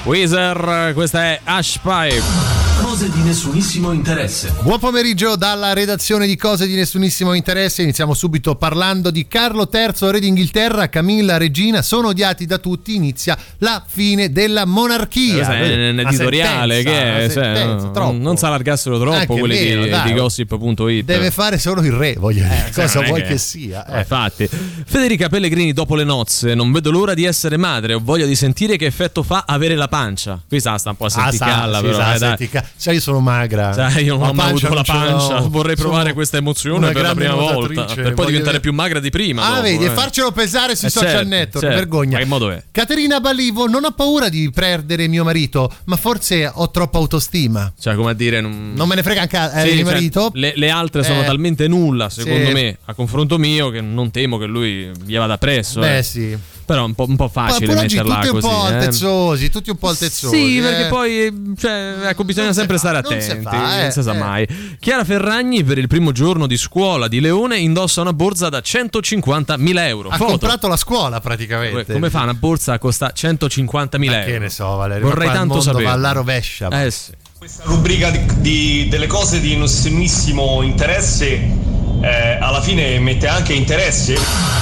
Weezer, questa è Ash Pipe. Cose di nessunissimo interesse. Buon pomeriggio dalla redazione di Cose di nessunissimo interesse. Iniziamo subito parlando di Carlo terzo, re d'Inghilterra, Camilla regina, sono odiati da tutti, inizia la fine della monarchia. Questo è un editoriale che è, cioè, no, non si allargassero troppo quelli vero, di, di gossip punto it. Deve fare solo il re, voglio dire, eh, cosa vuoi che, che sia. Eh. Infatti, Federica Pellegrini dopo le nozze, non vedo l'ora di essere madre, ho voglia di sentire che effetto fa avere la pancia. Qui sta, sta un po' a senticalla, ah, però. Sa, Eh, sentica. Cioè, io sono magra. Sai, io non ho mai avuto la pancia. Sono, vorrei provare sono questa emozione per la prima volta. Per poi diventare più magra di prima. Ah, dopo, vedi, eh. e farcelo pesare sui eh, social certo, network. Certo. Vergogna. Ma che modo è? Caterina Balivo, non ho paura di perdere mio marito, ma forse ho troppa autostima. Cioè, come a dire, non, non me ne frega anche eh, sì, mio cioè, marito. Le, le altre sono eh, talmente nulla, secondo sì. me, a confronto mio, che non temo che lui gli vada presso. Beh, eh. sì. Però è un po', un po' facile ma metterla tutti così. un po' eh. altezzosi, tutti un po' altezzosi. Sì, eh. perché poi cioè, ecco, bisogna non sempre fa, stare non attenti. si fa, eh, non si sa eh. mai. Chiara Ferragni per il primo giorno di scuola di Leone indossa una borsa da centocinquantamila euro. Ha Foto. comprato la scuola praticamente. Come fa una borsa a costare centocinquantamila Ma euro? Che ne so, Valerio. Vorrei qua tanto il mondo sapere. va alla rovescia. Eh sì. Questa rubrica di, di- delle cose di nessunissimo interesse eh, alla fine mette anche interesse.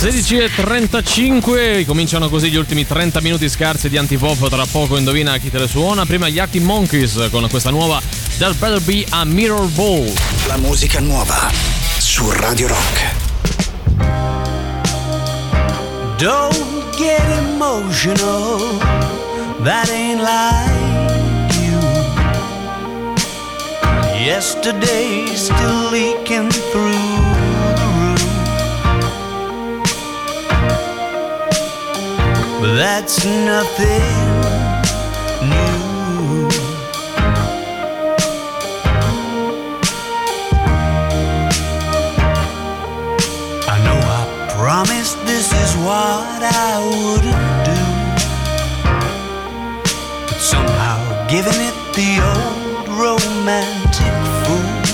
sedici e trentacinque, cominciano così gli ultimi trenta minuti scarsi di Antipop. Tra poco indovina chi te le suona. Prima gli Arctic Monkeys con questa nuova There Better Be a Mirror Ball. La musica nuova su Radio Rock. Don't get emotional, that ain't like you. Yesterday's still leaking through the roof, but that's nothing new. I know I promised this is what I wouldn't do, but somehow giving it the old romantic fool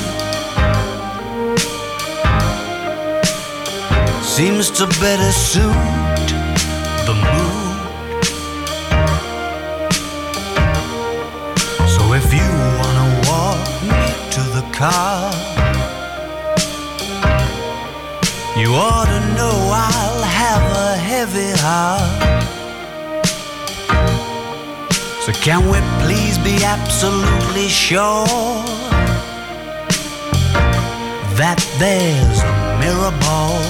seems to better suit the mood. So if you wanna walk me to the car, you ought to know I'll have a heavy heart. So can we please be absolutely sure that there's a mirror ball?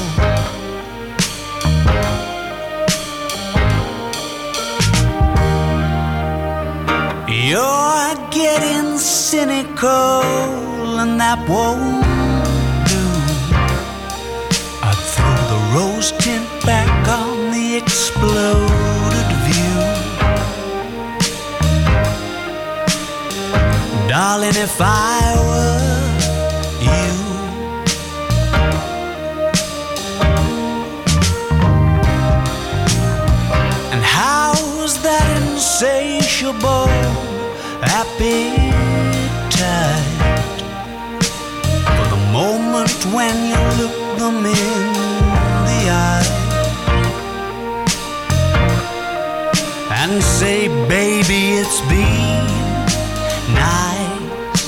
You're getting cynical and that won't do. I'd throw the rose tint back on the exploded view. Darling, if I were you, and how's that insatiable appetite for the moment when you look them in the eye and say, baby, it's been nice.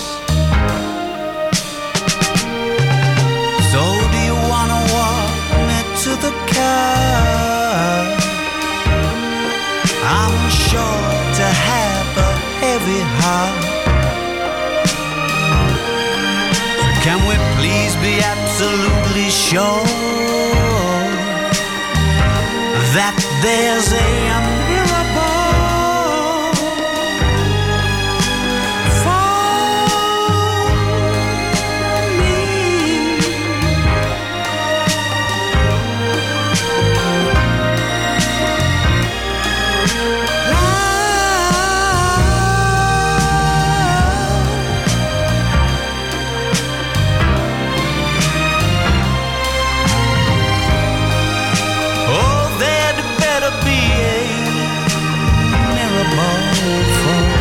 So do you wanna walk me to the car? I'm sure to have a heavy heart. So can we please be absolutely sure that there's a mirror ball for me? Oh, there'd better be a mirror ball for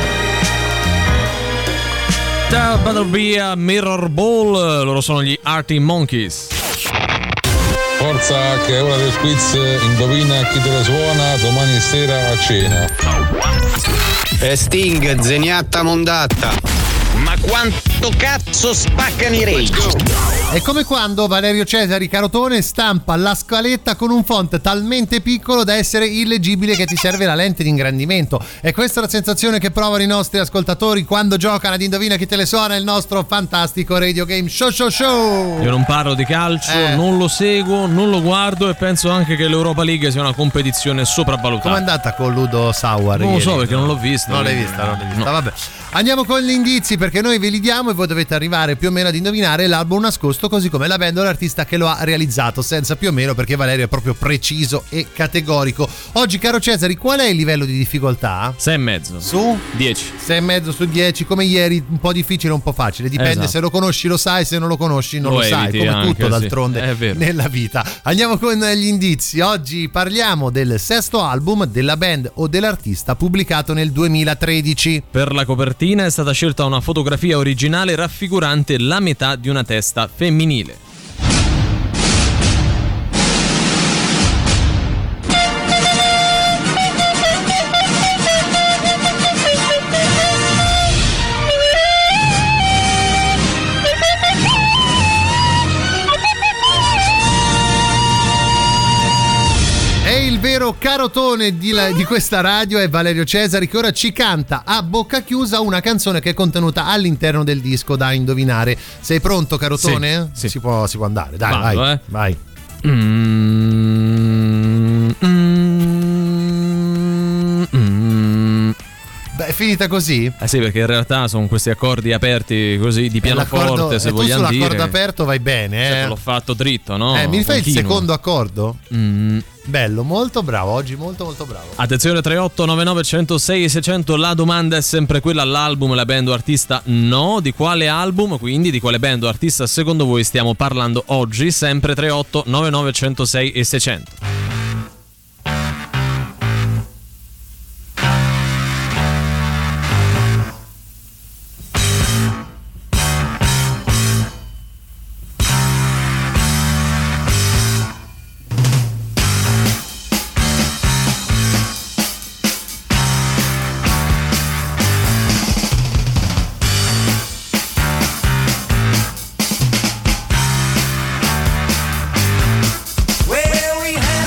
Da Battle Be a Mirror Ball, loro sono gli Arctic Monkeys. Forza che è ora del quiz, indovina chi te la suona domani sera a cena. E Sting, zeniatta mondatta. Ma quanto cazzo spaccano i rage? È come quando Valerio Cesari Carotone stampa la scaletta con un font talmente piccolo da essere illeggibile che ti serve la lente di ingrandimento. E questa è la sensazione che provano i nostri ascoltatori quando giocano ad Indovina chi te le suona, il nostro fantastico radio game show show show. Io non parlo di calcio, Eh. non lo seguo, non lo guardo e penso anche che l'Europa League sia una competizione sopravvalutata. Com'è andata con Ludo Sauer? Non lo so ieri? perché non l'ho vista. Non l'hai vista, non l'hai vista. No. Vabbè. Andiamo con gli indizi perché noi ve li diamo e voi dovete arrivare più o meno ad indovinare l'album nascosto così come la band o l'artista che lo ha realizzato, senza più o meno perché Valerio è proprio preciso e categorico. Oggi, caro Cesari, qual è il livello di difficoltà? sei e mezzo. Su? dieci. sei e mezzo su dieci, come ieri, un po' difficile, un po' facile. Dipende, Esatto. se lo conosci lo sai, se non lo conosci non Lo lo, sai, eviti come anche, tutto sì. d'altronde È vero. nella vita. Andiamo con gli indizi. Oggi parliamo del sesto album della band o dell'artista pubblicato nel duemilatredici. Per la copertina è stata scelta una fotografia originale raffigurante la metà di una testa femminile. vero carotone di, la, di questa radio è Valerio Cesari, che ora ci canta a bocca chiusa una canzone che è contenuta all'interno del disco da indovinare. Sei pronto, carotone? Sì, sì. Si può, si può andare, dai. Vado, vai, eh. vai. Mm, mm, mm. Beh, è finita così? Eh sì, perché in realtà sono questi accordi aperti così di pianoforte, se e tu vogliamo dire. sull'accordo aperto vai bene, eh? Certo, l'ho fatto dritto, no? Eh, mi fai il Continuo. secondo accordo? Mm. Bello, molto bravo, oggi molto molto bravo. Attenzione, tre otto nove nove uno zero sei sei zero zero, la domanda è sempre quella: l'album, la band o artista? No. Di quale album, quindi di quale band o artista secondo voi stiamo parlando oggi? Sempre tre otto nove nove uno zero sei sei zero zero. Well, we had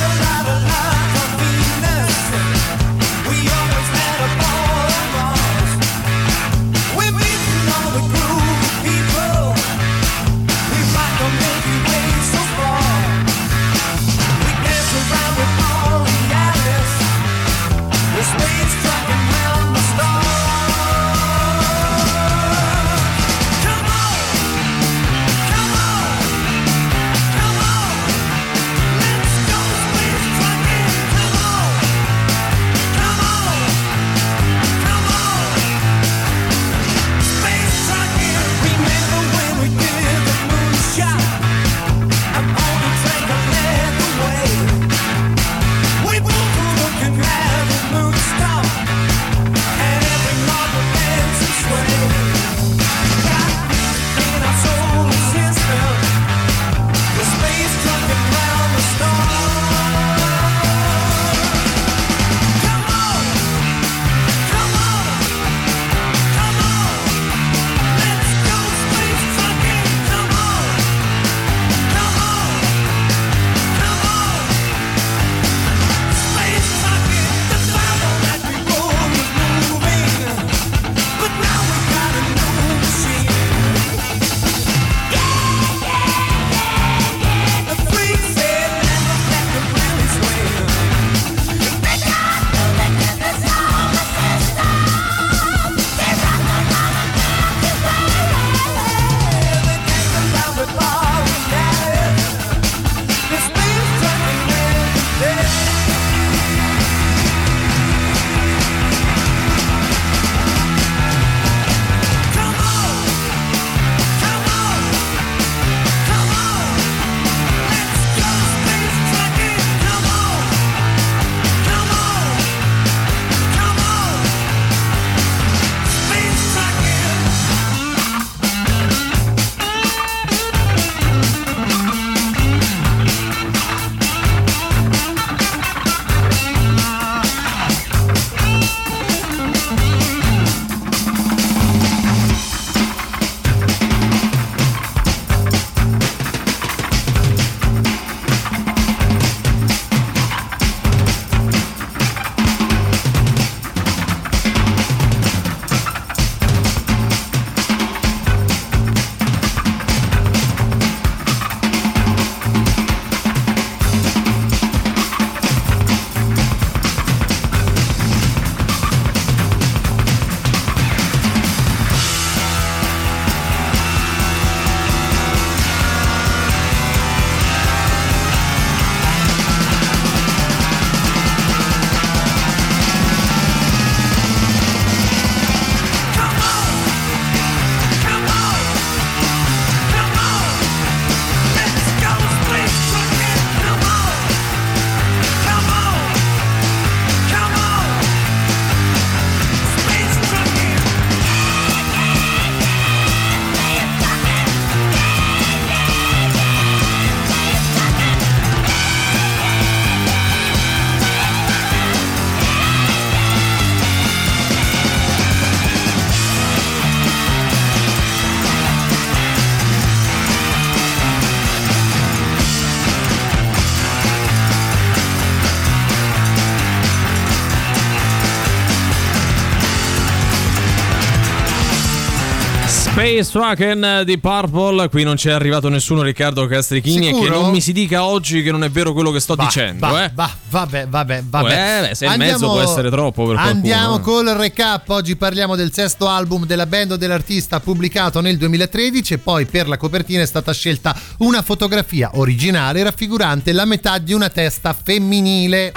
Spacewalken di Purple. Qui non c'è arrivato nessuno, Riccardo Castrichini. Sicuro? E che non mi si dica oggi che non è vero quello che sto bah, dicendo. bah, eh. bah, vabbè, vabbè, vabbè. Eh, beh, se il mezzo può essere troppo per qualcuno. Andiamo eh. col recap. Oggi parliamo del sesto album della band o dell'artista pubblicato nel duemilatredici e poi per la copertina è stata scelta una fotografia originale raffigurante la metà di una testa femminile.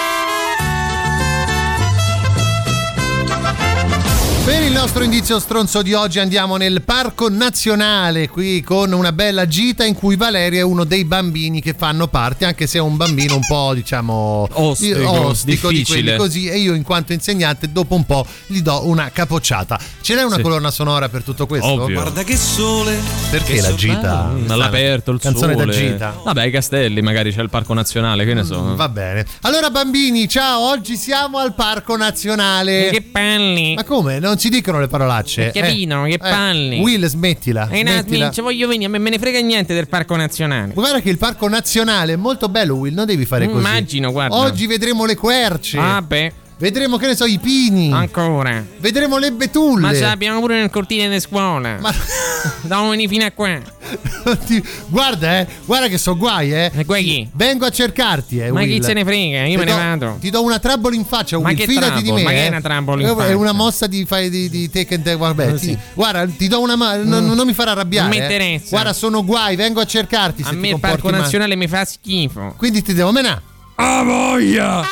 Per il nostro indizio stronzo di oggi andiamo nel Parco Nazionale, qui con una bella gita in cui Valerio è uno dei bambini che fanno parte, anche se è un bambino un po', diciamo, ostico, ostico di difficile. quelli così, e io in quanto insegnante dopo un po' gli do una capocciata. Ce n'è una Sì. colonna sonora per tutto questo? Ovvio. Guarda che sole. Perché che la so- gita? Mm, all'aperto, il Canzone sole. da gita. Vabbè, i castelli, magari c'è il Parco Nazionale, che ne so. Va bene. Allora bambini, ciao, oggi siamo al Parco Nazionale. Che palli. Ma come? Non si dicono le parolacce? Capito, che palli. Will, smettila. E un smettila. ci voglio venire, a me me ne frega niente del Parco Nazionale. Guarda che il Parco Nazionale è molto bello, Will, non devi fare così. Immagino, guarda. Oggi vedremo le querce. Vabbè. Vedremo, che ne so, i pini. Ancora. Vedremo le betulle. Ma ce l'abbiamo pure nel cortile di scuola. Ma Dobbiamo venire fino a qua. Ti- Guarda, eh, guarda che so guai, eh. E guai chi? Vengo a cercarti, eh. Ma Will. chi se ne frega? Io Ti me ne do- vado. Ti do una trappola in faccia, Ma Will. che Fidati trappola? di me. Ma che eh. è una trappola in È faccia? una mossa di, fai, di, di take and take. Vabbè, ti- guarda, ti do una mano. Non, non mi farà arrabbiare. Non mi eh. interessa. Guarda, sono guai, vengo a cercarti. A se me ti il comporti Parco male. Nazionale mi fa schifo. Quindi ti devo menare. Ah, voglia!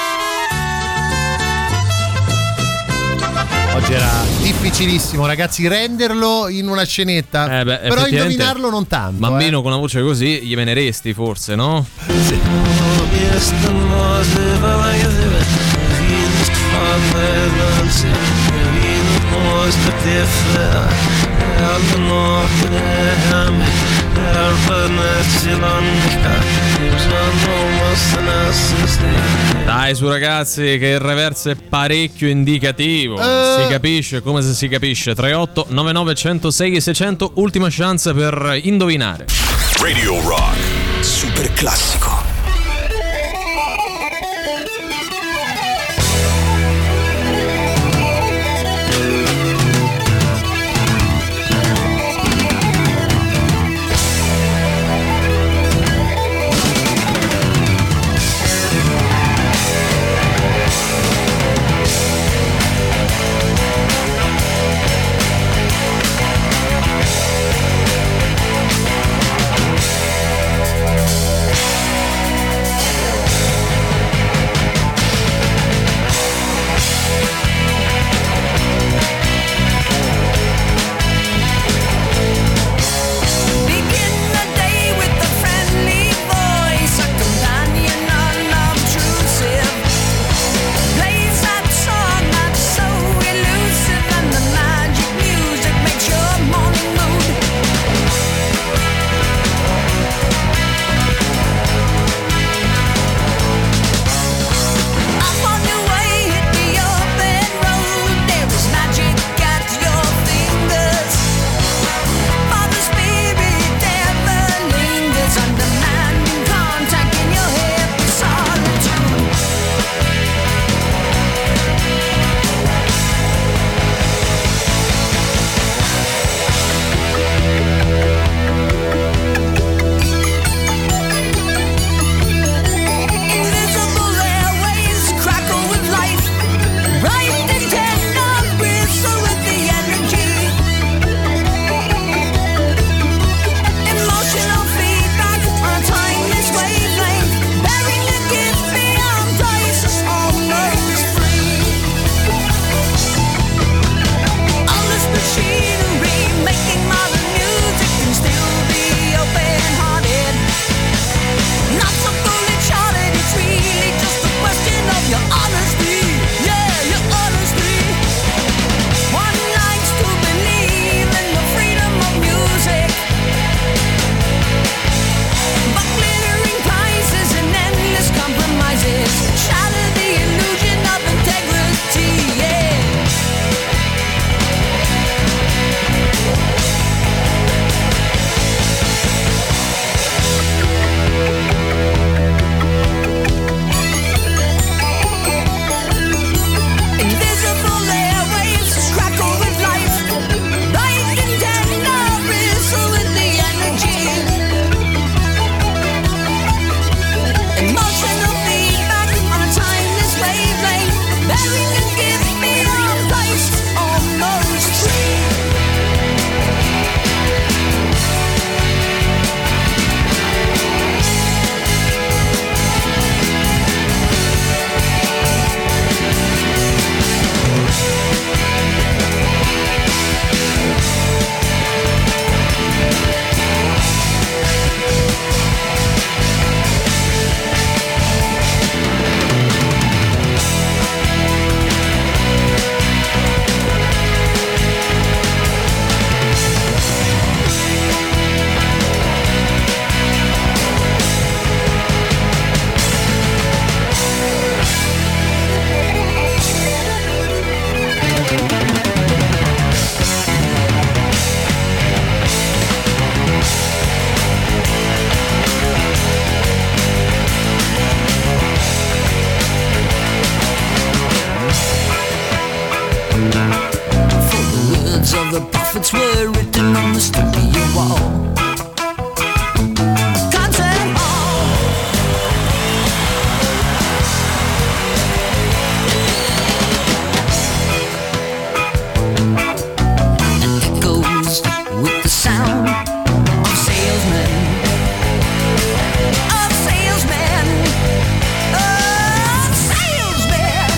Oggi era difficilissimo, ragazzi, renderlo in una scenetta. Eh beh, però effettivamente, indovinarlo non tanto. Bambino eh. con una voce così gli veneresti forse, no? Dai su ragazzi, che il reverso è parecchio indicativo. Eh. Si capisce come se si capisce. tre otto nove nove uno zero sei sei zero zero, ultima chance per indovinare. Radio Rock, super classico. lyrics were written on the studio wall. Concert hall. And echoes with the sound of salesmen, of salesmen, of salesmen.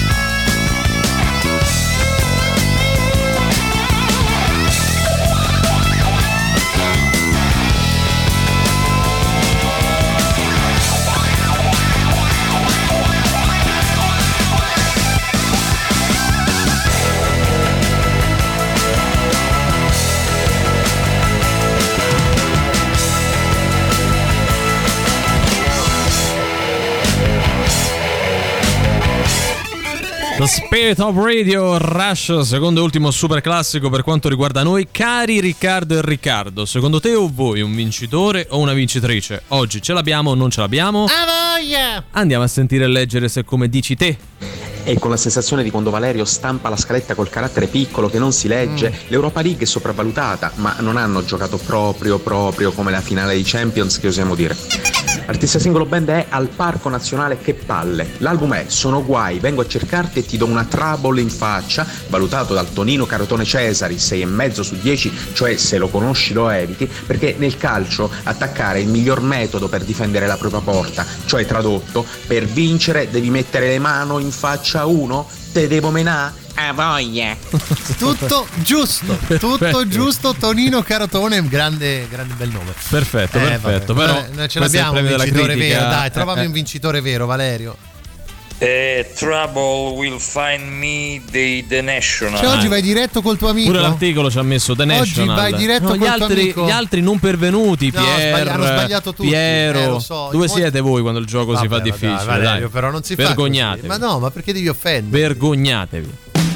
The Spirit of Radio, Rush, secondo e ultimo super classico per quanto riguarda noi. Cari Riccardo e Riccardo, secondo te o voi un vincitore o una vincitrice? Oggi ce l'abbiamo o non ce l'abbiamo? A voglia! Andiamo a sentire e leggere se come dici te. E con la sensazione di quando Valerio stampa la scaletta col carattere piccolo che non si legge, mm. l'Europa League è sopravvalutata, ma non hanno giocato proprio proprio come la finale di Champions, che osiamo dire. L'artista singolo band è Al Parco Nazionale Che Palle. L'album è Sono guai, vengo a cercarti e ti do una trouble in faccia, valutato dal Tonino Carotone Cesari sei e mezzo su dieci, cioè se lo conosci lo eviti, perché nel calcio attaccare è il miglior metodo per difendere la propria porta, cioè tradotto, per vincere devi mettere le mani in faccia a uno, te devo menà a voglia. Tutto giusto, tutto giusto. Tonino Carotone, grande, grande bel nome. Perfetto, Eh, perfetto. vabbè, Però noi ce questo è il l'abbiamo un premio della vincitore critica. vero, dai, trovami Eh, eh. un vincitore vero, Valerio. Eh, Trouble Will Find Me dei The National. Cioè, oggi vai diretto col tuo amico? Pure l'articolo ci ha messo The Oggi National. vai diretto No, col gli tuo altri, amico? gli altri non pervenuti. No, Pier, sbagli- hanno sbagliato tutti. Piero. Eh, lo so. Dove Mo- siete voi quando il gioco si Vabbè, fa difficile? dai, Valerio, dai. però non si fa Vergognatevi. così. Ma no, ma perché devi offendere? Vergognatevi.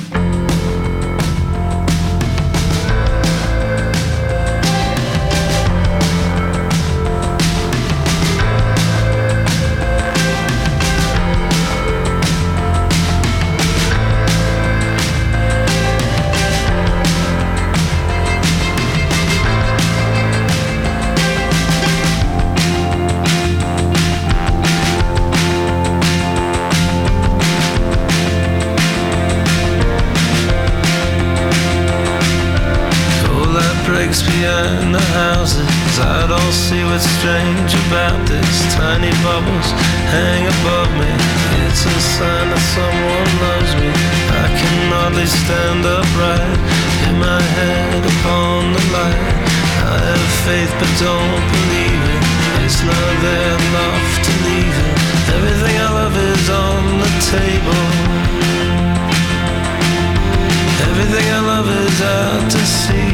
breaks behind the houses. I don't see what's strange about this. Tiny bubbles hang above me. It's a sign that someone loves me. I can hardly stand upright. Hit my head upon the light. I have faith but don't believe it. It's not there enough to leave it. Everything I love is on the table. Everything I love is out to sea.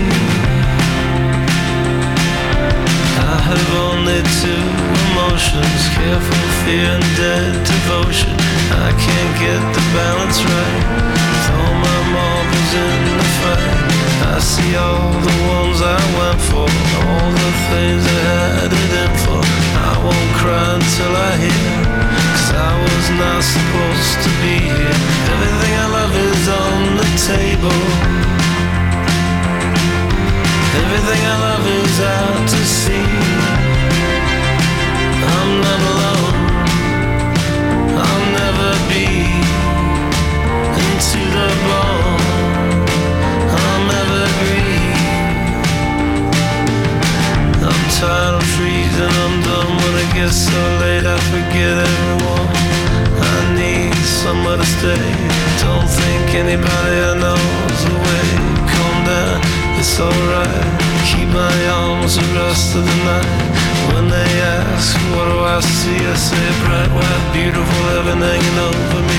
I have only two emotions, careful fear and dead devotion. I can't get the balance right. Throw my marbles in the fight. I see all the ones I went for, all the things I had it in for. I won't cry until I hear, 'cause I was not supposed to be here. Everything I love is on the table. Everything I love is out to sea. I'm not alone, I'll never be. Into the bone, I'm evergreen. I'm tired of freezing, I'm done when it gets so late I forget everyone. I need somewhere to stay, don't think anybody I know's the way. Calm down, it's alright, keep my arms the rest of the night. When they ask, what do I see? I say bright, white, beautiful heaven hanging over me.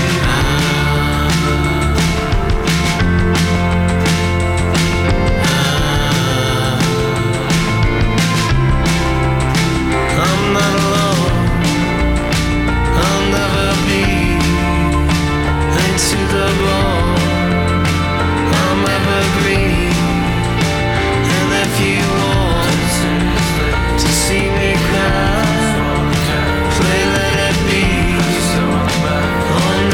I'm not alone, I'll never be. Into the bone, I'm evergreen. And if you want to see me cry, play Let It Be. Oh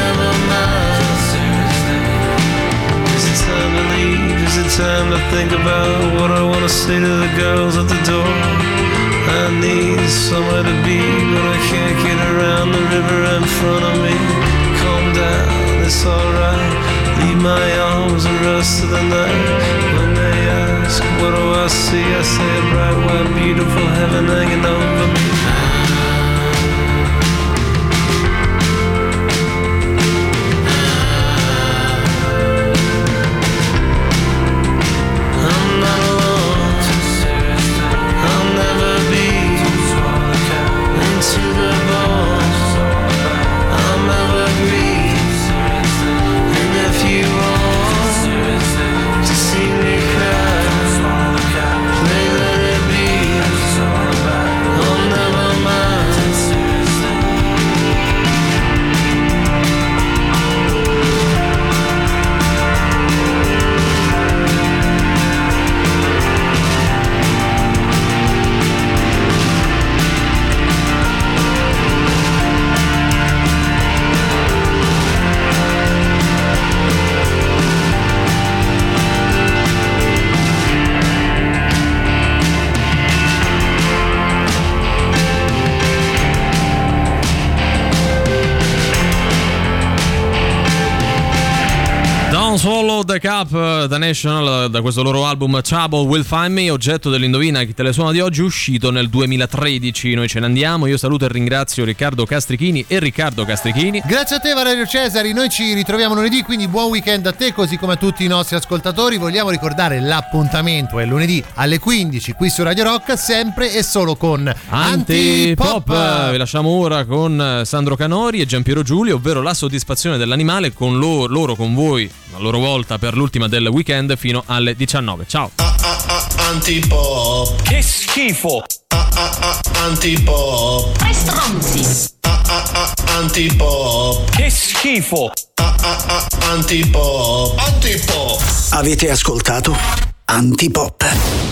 think about what I wanna say to the girls at the door. I need somewhere to be, but I can't get around the river in front of me. Calm down, it's alright. Leave my arms the rest of the night. When they ask, what do I see? I say a bright, white, beautiful heaven hanging over me. Swallow the Cup, The National, da questo loro album Trouble Will Find Me, oggetto dell'Indovina chi te le suona di oggi, uscito nel duemilatredici. Noi ce ne andiamo, io saluto e ringrazio Riccardo Castrichini e Riccardo Castrichini. Grazie a te Valerio Cesari, noi ci ritroviamo lunedì, quindi buon weekend a te così come a tutti i nostri ascoltatori. Vogliamo ricordare l'appuntamento è lunedì alle quindici qui su Radio Rock, sempre e solo con Antipop. Antipop. Vi lasciamo ora con Sandro Canori e Giampiero Giulio, ovvero La soddisfazione dell'animale, con loro, loro con voi a loro volta per l'ultima del weekend fino alle diciannove. Ciao. Ah, ah, ah, Antipop. Che schifo. Ah, ah, ah, Antipop. Tre stronzi. Ah, ah, ah, Antipop. Che schifo. Ah, ah, ah, Antipop. Antipop. Avete ascoltato Antipop.